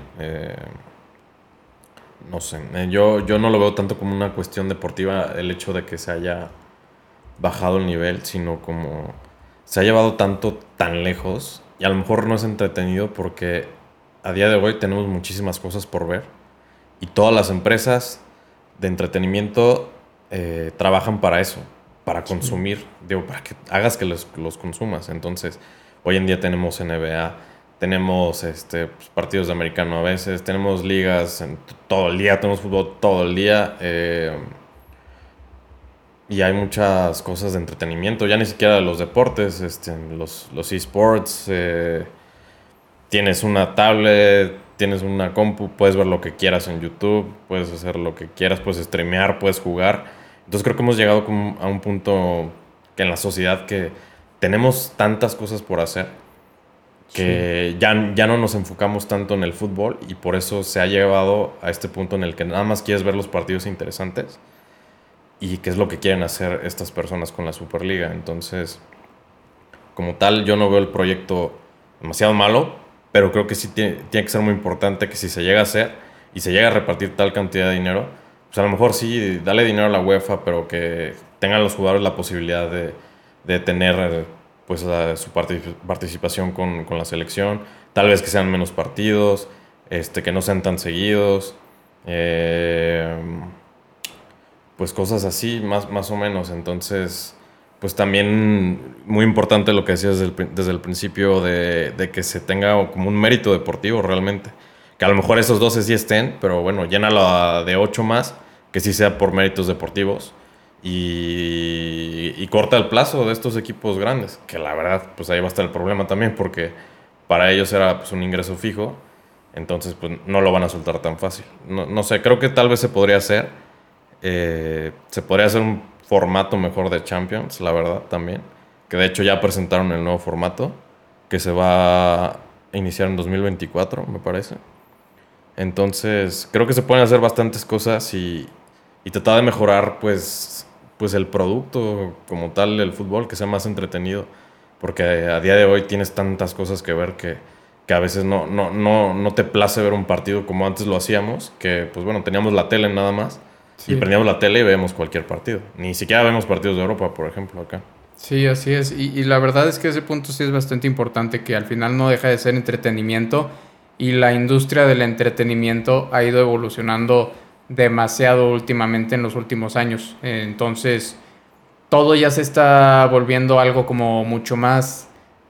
No sé, yo no lo veo tanto como una cuestión deportiva el hecho de que se haya bajado el nivel, sino como se ha llevado tanto tan lejos y a lo mejor no es entretenido porque a día de hoy tenemos muchísimas cosas por ver y todas las empresas de entretenimiento trabajan para eso, para Sí. consumir, digo, para que hagas que los consumas. Entonces, hoy en día tenemos NBA, tenemos pues, partidos de americano a veces, tenemos ligas todo el día, tenemos fútbol todo el día. Y hay muchas cosas de entretenimiento, ya ni siquiera los deportes, los esports, tienes una tablet, tienes una compu, puedes ver lo que quieras en YouTube, puedes hacer lo que quieras, puedes streamear, puedes jugar. Entonces creo que hemos llegado como a un punto que en la sociedad que tenemos tantas cosas por hacer Sí. que ya no nos enfocamos tanto en el fútbol y por eso se ha llevado a este punto en el que nada más quieres ver los partidos interesantes y qué es lo que quieren hacer estas personas con la Superliga. Entonces, como tal, yo no veo el proyecto demasiado malo, pero creo que sí tiene que ser muy importante que si se llega a hacer y se llega a repartir tal cantidad de dinero, pues a lo mejor sí, dale dinero a la UEFA, pero que tengan los jugadores la posibilidad de tener pues su participación con la selección, tal vez que sean menos partidos, que no sean tan seguidos. Eh, pues cosas así, más o menos. Entonces, pues también muy importante lo que decías desde el principio de que se tenga como un mérito deportivo realmente. Que a lo mejor esos 12 sí estén, pero bueno, llénalo de 8 más, que sí sea por méritos deportivos. Y corta el plazo de estos equipos grandes, que la verdad, pues ahí va a estar el problema también, porque para ellos era pues, un ingreso fijo, entonces pues no lo van a soltar tan fácil. No sé, creo que tal vez se podría hacer, se podría hacer un formato mejor de Champions, la verdad, también. Que de hecho ya presentaron el nuevo formato, que se va a iniciar en 2024, me parece. Entonces, creo que se pueden hacer bastantes cosas y tratar de mejorar, pues el producto como tal del fútbol, que sea más entretenido. Porque a día de hoy tienes tantas cosas que ver que a veces no te place ver un partido como antes lo hacíamos, que pues bueno, teníamos la tele nada más y Sí. prendíamos la tele y veíamos cualquier partido. Ni siquiera vemos partidos de Europa, por ejemplo, acá. Sí, así es. Y la verdad es que ese punto sí es bastante importante, que al final no deja de ser entretenimiento y la industria del entretenimiento ha ido evolucionando demasiado últimamente en los últimos años. Entonces, todo ya se está volviendo algo como mucho más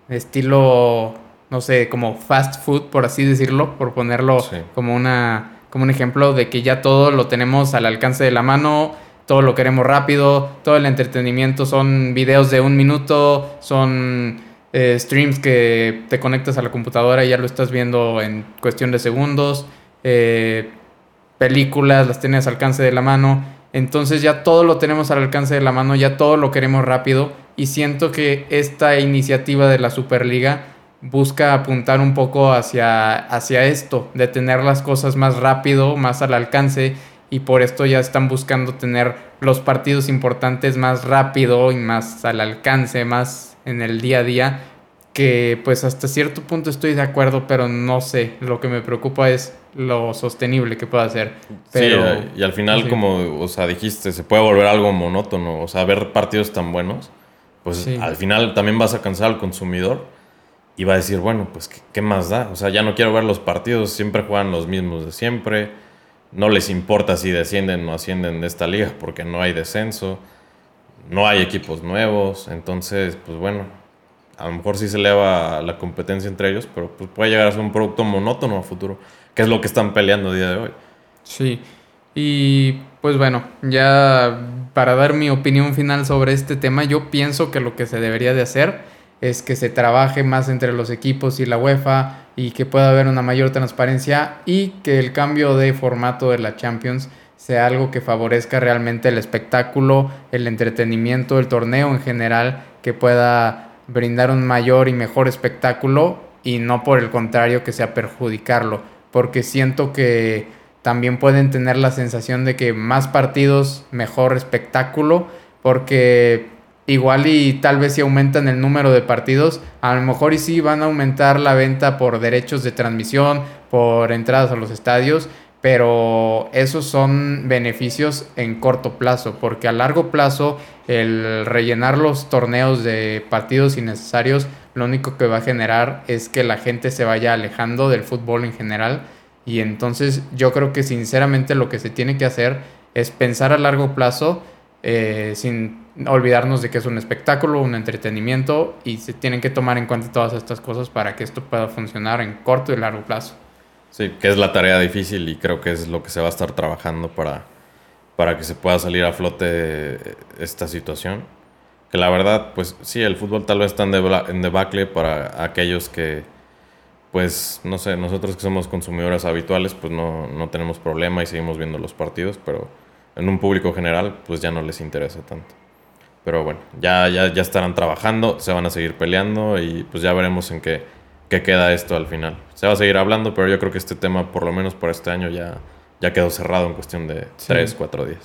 estilo, no sé, como fast food, por así decirlo, por ponerlo Sí. como un ejemplo de que ya todo lo tenemos al alcance de la mano, todo lo queremos rápido, todo el entretenimiento son videos de 1 minuto, son streams que te conectas a la computadora y ya lo estás viendo en cuestión de segundos, eh, películas las tienes al alcance de la mano, entonces ya todo lo tenemos al alcance de la mano, ya todo lo queremos rápido y siento que esta iniciativa de la Superliga busca apuntar un poco hacia esto, de tener las cosas más rápido, más al alcance y por esto ya están buscando tener los partidos importantes más rápido y más al alcance, más en el día a día, que pues hasta cierto punto estoy de acuerdo, pero no sé, lo que me preocupa es lo sostenible que pueda ser. Sí, Pero y al final, sí, como, o sea, dijiste, se puede volver algo monótono. O sea, ver partidos tan buenos, pues sí, al final también vas a cansar al consumidor y va a decir, bueno, pues, ¿qué más da? O sea, ya no quiero ver los partidos, siempre juegan los mismos de siempre. No les importa si descienden o ascienden de esta liga porque no hay descenso, no hay equipos nuevos. Entonces, pues bueno, a lo mejor sí se eleva la competencia entre ellos, pero pues puede llegar a ser un producto monótono a futuro, que es lo que están peleando a día de hoy. sí. Y pues bueno, ya para dar mi opinión final sobre este tema, yo pienso que lo que se debería de hacer es que se trabaje más entre los equipos y la UEFA y que pueda haber una mayor transparencia y que el cambio de formato de la Champions sea algo que favorezca realmente el espectáculo, el entretenimiento, el torneo en general, que pueda brindar un mayor y mejor espectáculo y no por el contrario que sea perjudicarlo, porque siento que también pueden tener la sensación de que más partidos, mejor espectáculo, porque igual y tal vez si aumentan el número de partidos, a lo mejor y sí van a aumentar la venta por derechos de transmisión, por entradas a los estadios, pero esos son beneficios en corto plazo, porque a largo plazo el rellenar los torneos de partidos innecesarios lo único que va a generar es que la gente se vaya alejando del fútbol en general y entonces yo creo que sinceramente lo que se tiene que hacer es pensar a largo plazo sin olvidarnos de que es un espectáculo, un entretenimiento y se tienen que tomar en cuenta todas estas cosas para que esto pueda funcionar en corto y largo plazo. Sí, que es la tarea difícil y creo que es lo que se va a estar trabajando para que se pueda salir a flote esta situación. Que la verdad, pues sí, el fútbol tal vez está en debacle para aquellos que, pues, no sé, nosotros que somos consumidores habituales, pues no tenemos problema y seguimos viendo los partidos, pero en un público general, pues ya no les interesa tanto. Pero bueno, ya estarán trabajando, se van a seguir peleando y pues ya veremos en qué queda esto al final. Se va a seguir hablando, pero yo creo que este tema, por lo menos por este año, ya quedó cerrado en cuestión de Sí. 3, 4 días.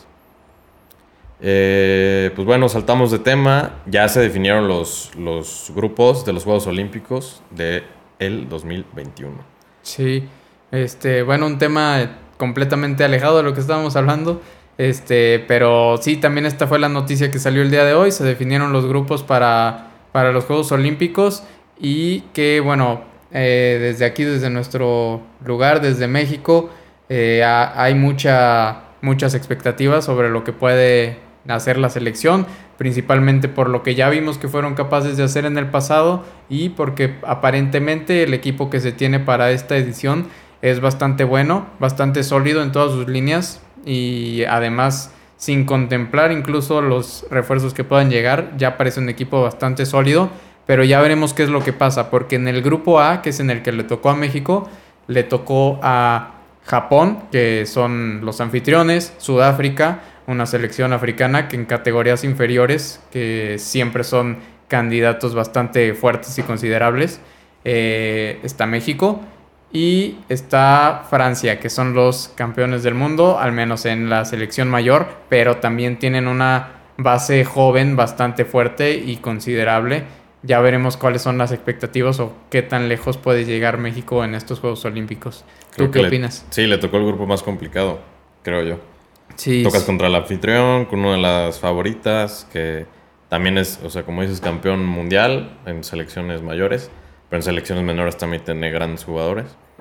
Pues bueno, saltamos de tema. Ya se definieron los grupos de los Juegos Olímpicos de el 2021. Sí, bueno, un tema completamente alejado de lo que estábamos hablando, pero sí, también esta fue la noticia que salió el día de hoy, se definieron los grupos para los Juegos Olímpicos y que, bueno, desde aquí, desde nuestro lugar, desde México, hay muchas expectativas sobre lo que puede hacer la selección, principalmente por lo que ya vimos que fueron capaces de hacer en el pasado y porque aparentemente el equipo que se tiene para esta edición es bastante bueno, bastante sólido en todas sus líneas y además sin contemplar incluso los refuerzos que puedan llegar, ya parece un equipo bastante sólido, pero ya veremos qué es lo que pasa, porque en el grupo A, que es en el que le tocó a México, le tocó a Japón, que son los anfitriones, Sudáfrica, una selección africana que en categorías inferiores, que siempre son candidatos bastante fuertes y considerables, está México y está Francia, que son los campeones del mundo, al menos en la selección mayor, pero también tienen una base joven bastante fuerte y considerable. Ya veremos cuáles son las expectativas o qué tan lejos puede llegar México en estos Juegos Olímpicos. Creo ¿Tú qué que opinas? sí, le tocó el grupo más complicado, creo yo. Sí, Tocas contra el anfitrión, con una de las favoritas, que también es, o sea, como dices, campeón mundial en selecciones mayores, pero en selecciones menores también tiene grandes jugadores.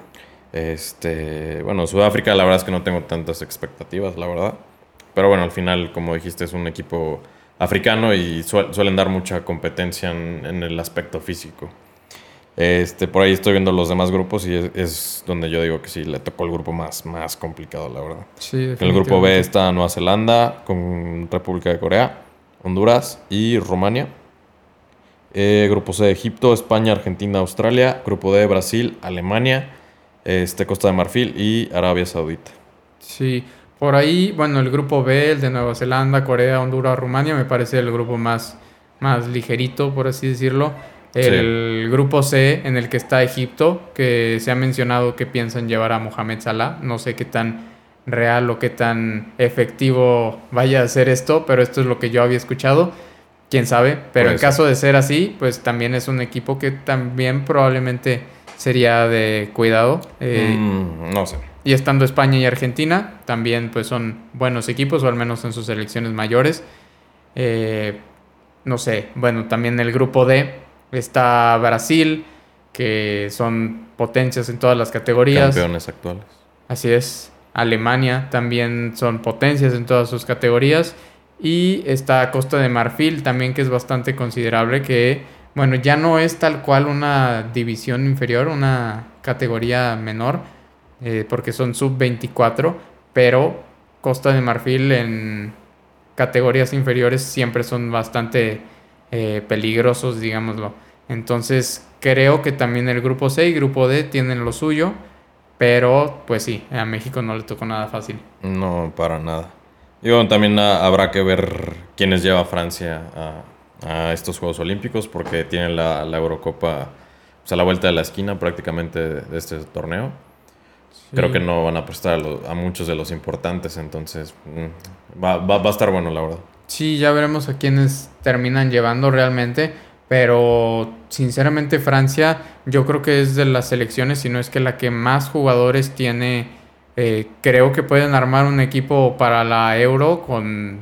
Bueno, Sudáfrica la verdad es que no tengo tantas expectativas, la verdad. Pero bueno, al final, como dijiste, es un equipo africano y suelen dar mucha competencia en el aspecto físico. Por ahí estoy viendo los demás grupos y es donde yo digo que sí, le tocó el grupo más complicado, la verdad. Sí, En el grupo B definitivamente. está Nueva Zelanda con República de Corea, Honduras y Rumania. Grupo C, Egipto, España, Argentina, Australia. Grupo D, Brasil, Alemania, Costa de Marfil y Arabia Saudita. Sí, por ahí, bueno, el grupo B, el de Nueva Zelanda, Corea, Honduras, Rumania, me parece el grupo más ligerito, por así decirlo. Sí, El grupo C, en el que está Egipto, que se ha mencionado que piensan llevar a Mohamed Salah. No sé qué tan real o qué tan efectivo vaya a ser esto, pero esto es lo que yo había escuchado. Quién sabe, pero en puede ser. caso de ser así, pues también es un equipo que también probablemente sería de cuidado. No sé. Y estando España y Argentina, también pues son buenos equipos, o al menos en sus selecciones mayores. Eh, no sé, bueno, también el grupo D está Brasil, que son potencias en todas las categorías. Campeones actuales. Así es. Alemania también son potencias en todas sus categorías. Y está Costa de Marfil también, que es bastante considerable, que bueno, ya no es tal cual una división inferior, una categoría menor, porque son sub 24, pero Costa de Marfil en categorías inferiores siempre son bastante peligrosos, digámoslo. Entonces creo que también el grupo C y grupo D tienen lo suyo, pero pues sí, a México no le tocó nada fácil. No, para nada. Y bueno, también habrá que ver quiénes lleva Francia a estos Juegos Olímpicos, porque tienen la Eurocopa pues, a la vuelta de la esquina prácticamente de este torneo. Creo que Sí. no van a prestar a muchos de los importantes, entonces va a estar bueno, la verdad. Sí, ya veremos a quiénes terminan llevando realmente, pero sinceramente Francia yo creo que es de las selecciones, si no es que la que más jugadores tiene. Creo que pueden armar un equipo para la Euro con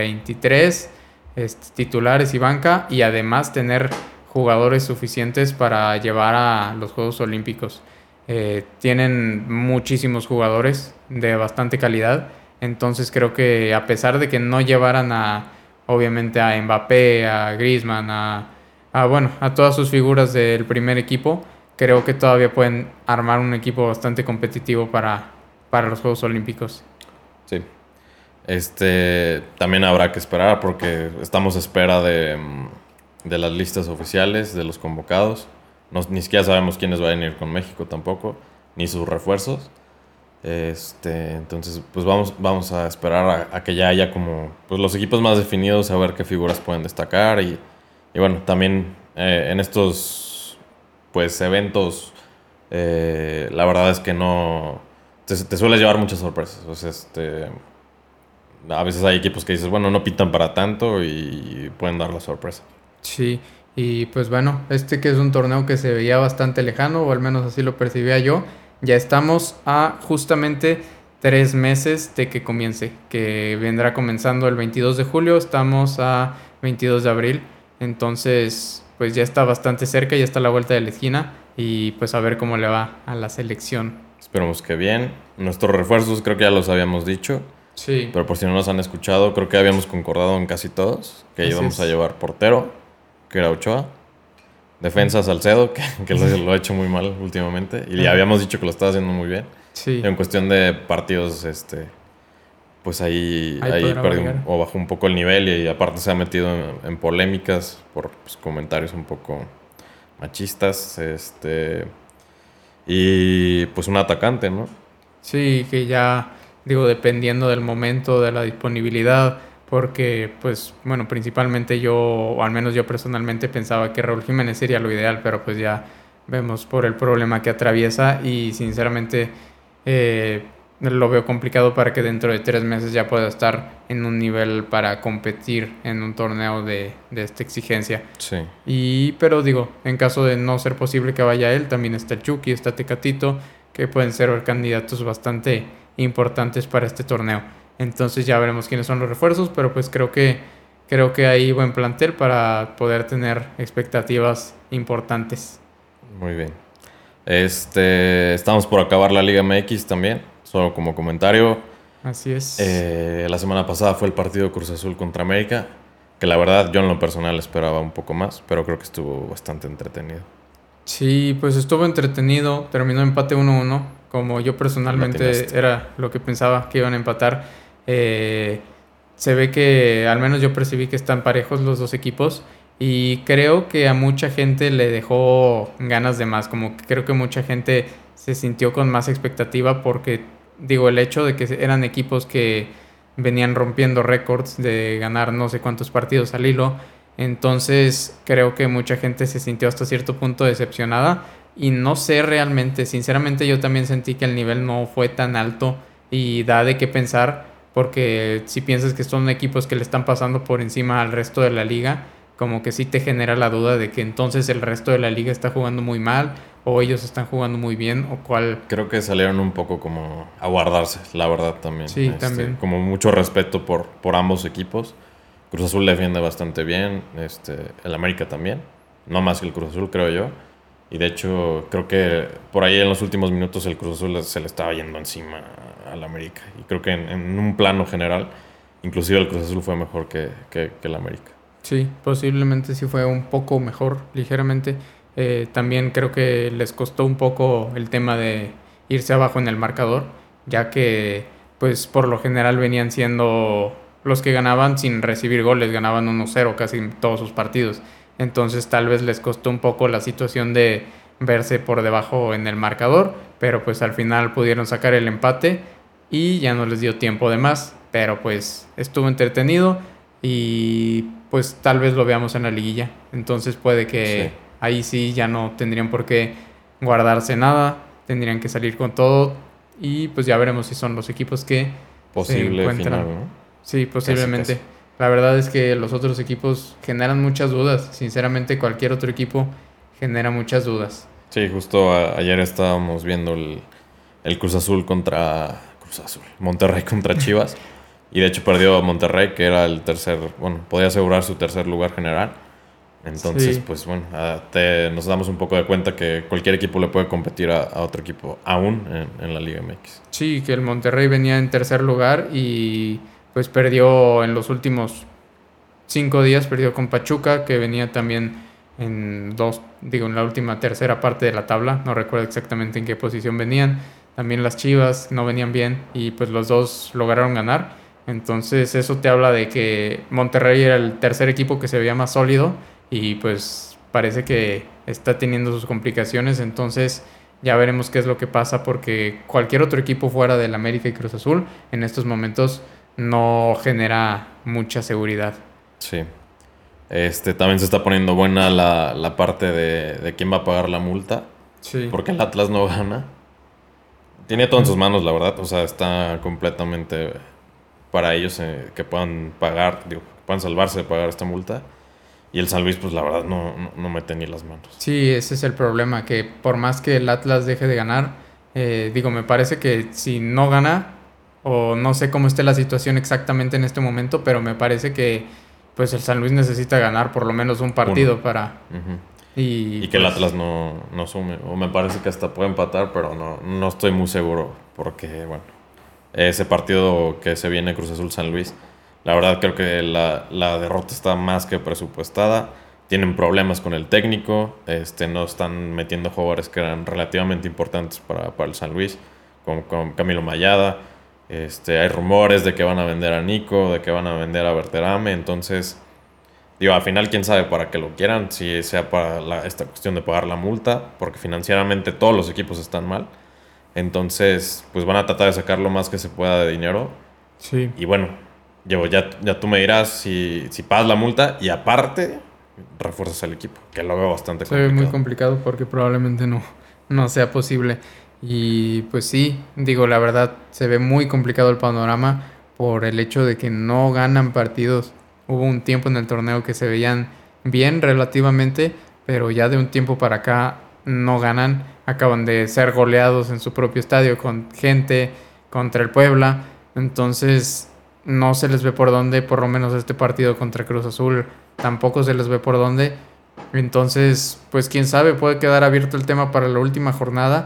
23 titulares y banca, y además tener jugadores suficientes para llevar a los Juegos Olímpicos. Tienen muchísimos jugadores de bastante calidad. Entonces creo que a pesar de que no llevaran obviamente a Mbappé, a Griezmann, bueno, a todas sus figuras del primer equipo, creo que todavía pueden armar un equipo bastante competitivo para los Juegos Olímpicos. Sí. También habrá que esperar porque estamos a espera de las listas oficiales, de los convocados. Ni siquiera sabemos quiénes van a ir con México tampoco, ni sus refuerzos. Entonces, pues vamos a esperar a que ya haya como pues, los equipos más definidos, a ver qué figuras pueden destacar. Y bueno, también en estos pues eventos, la verdad es que no te suele llevar muchas sorpresas. O sea, a veces hay equipos que dices, bueno, no pitan para tanto y pueden dar la sorpresa. Sí, y pues bueno, que es un torneo que se veía bastante lejano, o al menos así lo percibía yo, ya estamos a justamente 3 meses de que comience, que vendrá comenzando el 22 de julio, estamos a 22 de abril, entonces pues ya está bastante cerca, ya está a la vuelta de la esquina, y pues a ver cómo le va a la selección. Esperemos que bien. Nuestros refuerzos creo que ya los habíamos dicho, Sí, pero por si no nos han escuchado, creo que habíamos concordado en casi todos que así íbamos a es. llevar portero, que era Ochoa. Defensa Salcedo, que lo ha hecho muy mal últimamente. Y ya Ah, habíamos dicho que lo estaba haciendo muy bien. Y sí, en cuestión de partidos, pues ahí ahí podrá perdió variar. o bajó un poco el nivel y aparte se ha metido en polémicas por pues, comentarios un poco machistas. Y pues un atacante, ¿no? Sí, que ya, digo, dependiendo del momento, de la disponibilidad, porque, pues, bueno, principalmente yo, o al menos yo personalmente pensaba que Raúl Jiménez sería lo ideal, pero pues ya vemos por el problema que atraviesa, y sinceramente eh, lo veo complicado para que dentro de 3 meses ya pueda estar en un nivel para competir en un torneo de esta exigencia. Sí, Pero digo, en caso de no ser posible que vaya él, también está el Chucky, está Tecatito, que pueden ser candidatos bastante importantes para este torneo. Entonces ya veremos quiénes son los refuerzos, pero pues creo que hay buen plantel para poder tener expectativas importantes. muy bien. Estamos por acabar la Liga MX también, solo como comentario. Así es. La semana pasada fue el partido Cruz Azul contra América, que la verdad yo en lo personal esperaba un poco más, pero creo que estuvo bastante entretenido. Sí, pues estuvo entretenido, terminó empate 1-1, como yo La personalmente atinaste. era lo que pensaba que iban a empatar. Eh, Se ve que al menos yo percibí que están parejos los dos equipos y creo que a mucha gente le dejó ganas de más, como que creo que mucha gente se sintió con más expectativa porque digo, el hecho de que eran equipos que venían rompiendo récords de ganar no sé cuántos partidos al hilo. Entonces creo que mucha gente se sintió hasta cierto punto decepcionada y no sé realmente, sinceramente yo también sentí que el nivel no fue tan alto y da de qué pensar porque si piensas que son equipos que le están pasando por encima al resto de la liga, como que sí te genera la duda de que entonces el resto de la liga está jugando muy mal o ellos están jugando muy bien o cuál. Creo que salieron un poco como a guardarse, la verdad también. Sí, también. Como mucho respeto por ambos equipos. Cruz Azul defiende bastante bien, el América también. No más que el Cruz Azul, creo yo. Y de hecho, creo que por ahí en los últimos minutos el Cruz Azul se le estaba yendo encima al América. Y creo que en un plano general, inclusive el Cruz Azul fue mejor que el América. Sí, posiblemente sí fue un poco mejor, ligeramente. También creo que les costó un poco el tema de irse abajo en el marcador, ya que pues por lo general venían siendo los que ganaban sin recibir goles, ganaban 1-0 casi en todos sus partidos. Entonces tal vez les costó un poco la situación de verse por debajo en el marcador, pero pues al final pudieron sacar el empate y ya no les dio tiempo de más, pero pues estuvo entretenido y pues tal vez lo veamos en la liguilla. Entonces puede Sí, que ahí sí ya no tendrían por qué guardarse nada, tendrían que salir con todo y pues ya veremos si son los equipos que se posible final, encuentran. ¿no? Sí, Casi, casi. posiblemente. La verdad es que los otros equipos generan muchas dudas. Sinceramente, cualquier otro equipo genera muchas dudas. Sí, justo ayer estábamos viendo el Cruz Azul contra Cruz Azul, Monterrey contra Chivas. Y de hecho perdió Monterrey, que era el tercer, bueno, podía asegurar su tercer lugar general. Entonces, Sí, pues bueno, nos damos un poco de cuenta que cualquier equipo le puede competir a otro equipo, aún en la Liga MX. sí, que el Monterrey venía en tercer lugar y pues perdió en los últimos 5 días, perdió con Pachuca, que venía también en en la última tercera parte de la tabla, no recuerdo exactamente en qué posición venían. También las Chivas no venían bien y pues los dos lograron ganar. Entonces eso te habla de que Monterrey era el tercer equipo que se veía más sólido y pues parece que está teniendo sus complicaciones. Entonces ya veremos qué es lo que pasa porque cualquier otro equipo fuera del América y Cruz Azul en estos momentos no genera mucha seguridad. Sí. También se está poniendo buena la parte de quién va a pagar la multa, Sí. porque el Atlas no gana. Tiene todo en sus manos, la verdad. O sea, está completamente para ellos que puedan pagar, digo, que puedan salvarse de pagar esta multa. Y el San Luis, pues la verdad, no mete ni las manos. Sí, ese es el problema, que por más que el Atlas deje de ganar, me parece que si no gana, o no sé cómo esté la situación exactamente en este momento, pero me parece que pues el San Luis necesita ganar por lo menos un Uno. partido para. Ujú. Y Y que el pues Atlas no sume. O me parece que hasta puede empatar, pero no estoy muy seguro. Porque, bueno, ese partido que se viene Cruz Azul San Luis, la verdad creo que la derrota está más que presupuestada. Tienen problemas con el técnico. No están metiendo jugadores que eran relativamente importantes para el San Luis, como con Camilo Mayada. Hay rumores de que van a vender a Nico, de que van a vender a Berterame. Entonces, digo, al final, quién sabe para qué lo quieran, si sea para esta cuestión de pagar la multa, porque financieramente todos los equipos están mal. Entonces, pues van a tratar de sacar lo más que se pueda de dinero. sí, Y bueno, ya tú me dirás si pagas la multa y aparte refuerzas al equipo, que lo veo bastante se ve muy complicado. complicado porque probablemente no sea posible. Y pues sí, la verdad, se ve muy complicado el panorama por el hecho de que no ganan partidos. Hubo un tiempo en el torneo que se veían bien relativamente, pero ya de un tiempo para acá no ganan. Acaban de ser goleados en su propio estadio con gente contra el Puebla. Entonces no se les ve por dónde, por lo menos este partido contra Cruz Azul tampoco se les ve por dónde. Entonces, pues quién sabe, puede quedar abierto el tema para la última jornada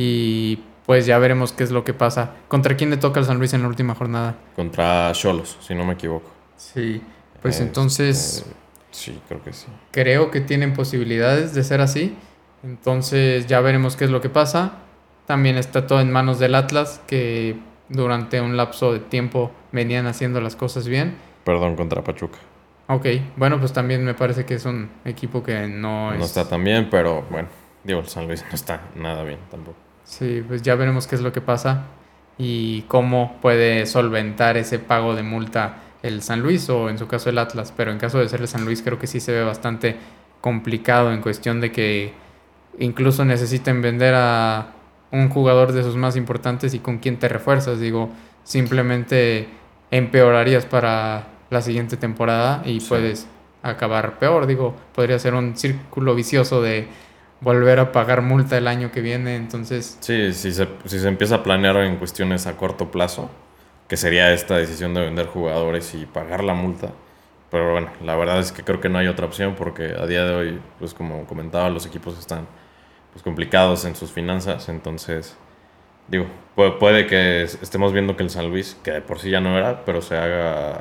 y pues ya veremos qué es lo que pasa. ¿Contra quién le toca al San Luis en la última jornada? Contra Xolos, si no me equivoco. Sí, pues Este, entonces sí, creo que sí. creo que tienen posibilidades de ser así. Entonces ya veremos qué es lo que pasa. También está todo en manos del Atlas, que durante un lapso de tiempo venían haciendo las cosas bien. Perdón, contra Pachuca. Ok, bueno, pues también me parece que es un equipo que no No es... está tan bien, pero bueno, digo, el San Luis no está nada bien tampoco. Sí, pues ya veremos qué es lo que pasa y cómo puede solventar ese pago de multa el San Luis o en su caso el Atlas. Pero en caso de ser el San Luis creo que sí se ve bastante complicado en cuestión de que incluso necesiten vender a un jugador de sus más importantes y con quién te refuerzas. Digo, simplemente empeorarías para la siguiente temporada y Sí. puedes acabar peor. Digo, podría ser un círculo vicioso de volver a pagar multa el año que viene. Entonces, Sí, si se empieza a planear en cuestiones a corto plazo, que sería esta decisión de vender jugadores y pagar la multa. Pero bueno, la verdad es que creo que no hay otra opción porque a día de hoy, pues como comentaba, los equipos están pues complicados en sus finanzas. Entonces, digo, puede que estemos viendo que el San Luis, que de por sí ya no era, pero se haga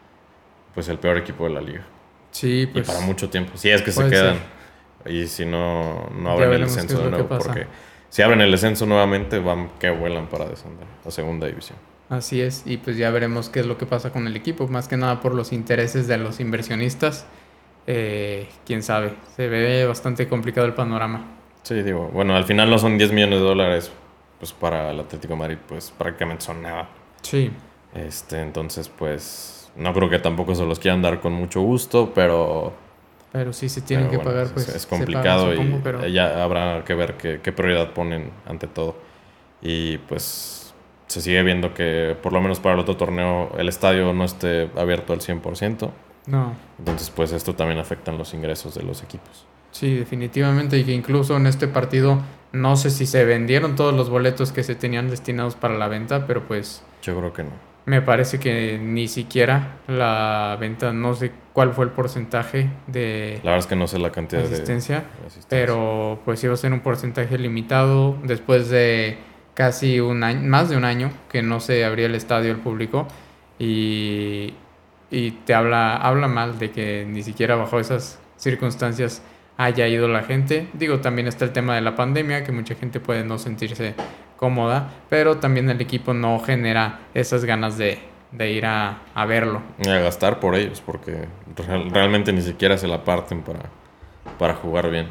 pues el peor equipo de la liga. sí, Y para pues mucho tiempo. Si es que se puede ser. quedan. Y si no, no Ya abren el veremos qué descenso es de lo que nuevo. pasa. Porque si abren el descenso nuevamente, van que vuelan para descender a segunda división. Así es, y pues ya veremos qué es lo que pasa con el equipo, más que nada por los intereses de los inversionistas. Quién sabe, se ve bastante complicado el panorama. Sí, digo, bueno, al final no son 10 millones de dólares, pues para el Atlético de Madrid, pues prácticamente son nada. Sí, Entonces, pues no creo que tampoco se los quieran dar con mucho gusto, pero sí se tienen que bueno, pagar, pues es se pagan, complicado supongo, y pero ya habrá que ver qué prioridad ponen ante todo. Y pues se sigue viendo que por lo menos para el otro torneo el estadio no esté abierto al 100%. no, Entonces, pues esto también afecta en los ingresos de los equipos. sí, definitivamente, y que incluso en este partido no sé si se vendieron todos los boletos que se tenían destinados para la venta, pero pues Yo creo que no. me parece que ni siquiera la venta, no sé cuál fue el porcentaje de La verdad es que no sé la cantidad asistencia, de asistencia. pero pues iba a ser un porcentaje limitado después de casi un año, más de un año que no se abría el estadio al público y, y te habla mal de que ni siquiera bajo esas circunstancias haya ido la gente. Digo, también está el tema de la pandemia, que mucha gente puede no sentirse cómoda, pero también el equipo no genera esas ganas de ir a verlo. Y a gastar por ellos, porque realmente ni siquiera se la parten para jugar bien.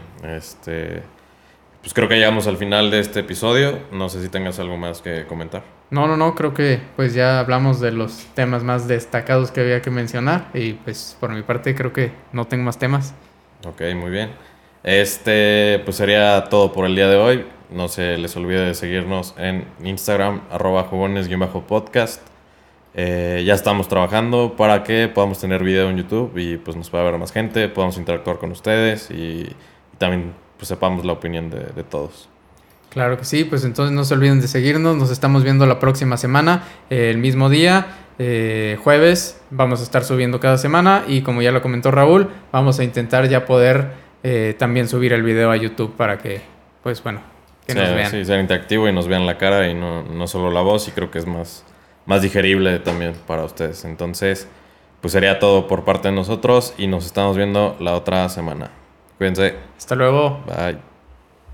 Pues creo que llegamos al final de este episodio. No sé si tengas algo más que comentar. No, creo que pues ya hablamos de los temas más destacados que había que mencionar y pues por mi parte creo que no tengo más temas. Ok, muy bien. Pues sería todo por el día de hoy. No se les olvide de seguirnos en Instagram, @jugones_podcast. Ya estamos trabajando para que podamos tener video en YouTube y pues nos pueda ver más gente, podamos interactuar con ustedes y también pues sepamos la opinión de todos. Claro que sí, pues entonces no se olviden de seguirnos, nos estamos viendo la próxima semana, el mismo día, jueves, vamos a estar subiendo cada semana y como ya lo comentó Raúl, vamos a intentar ya poder también subir el video a YouTube para que, pues bueno, que nos vean. Sí, ser interactivo y nos vean la cara y no solo la voz, y creo que es más digerible también para ustedes. Entonces, pues sería todo por parte de nosotros y nos estamos viendo la otra semana. Cuídense. Hasta luego. Bye.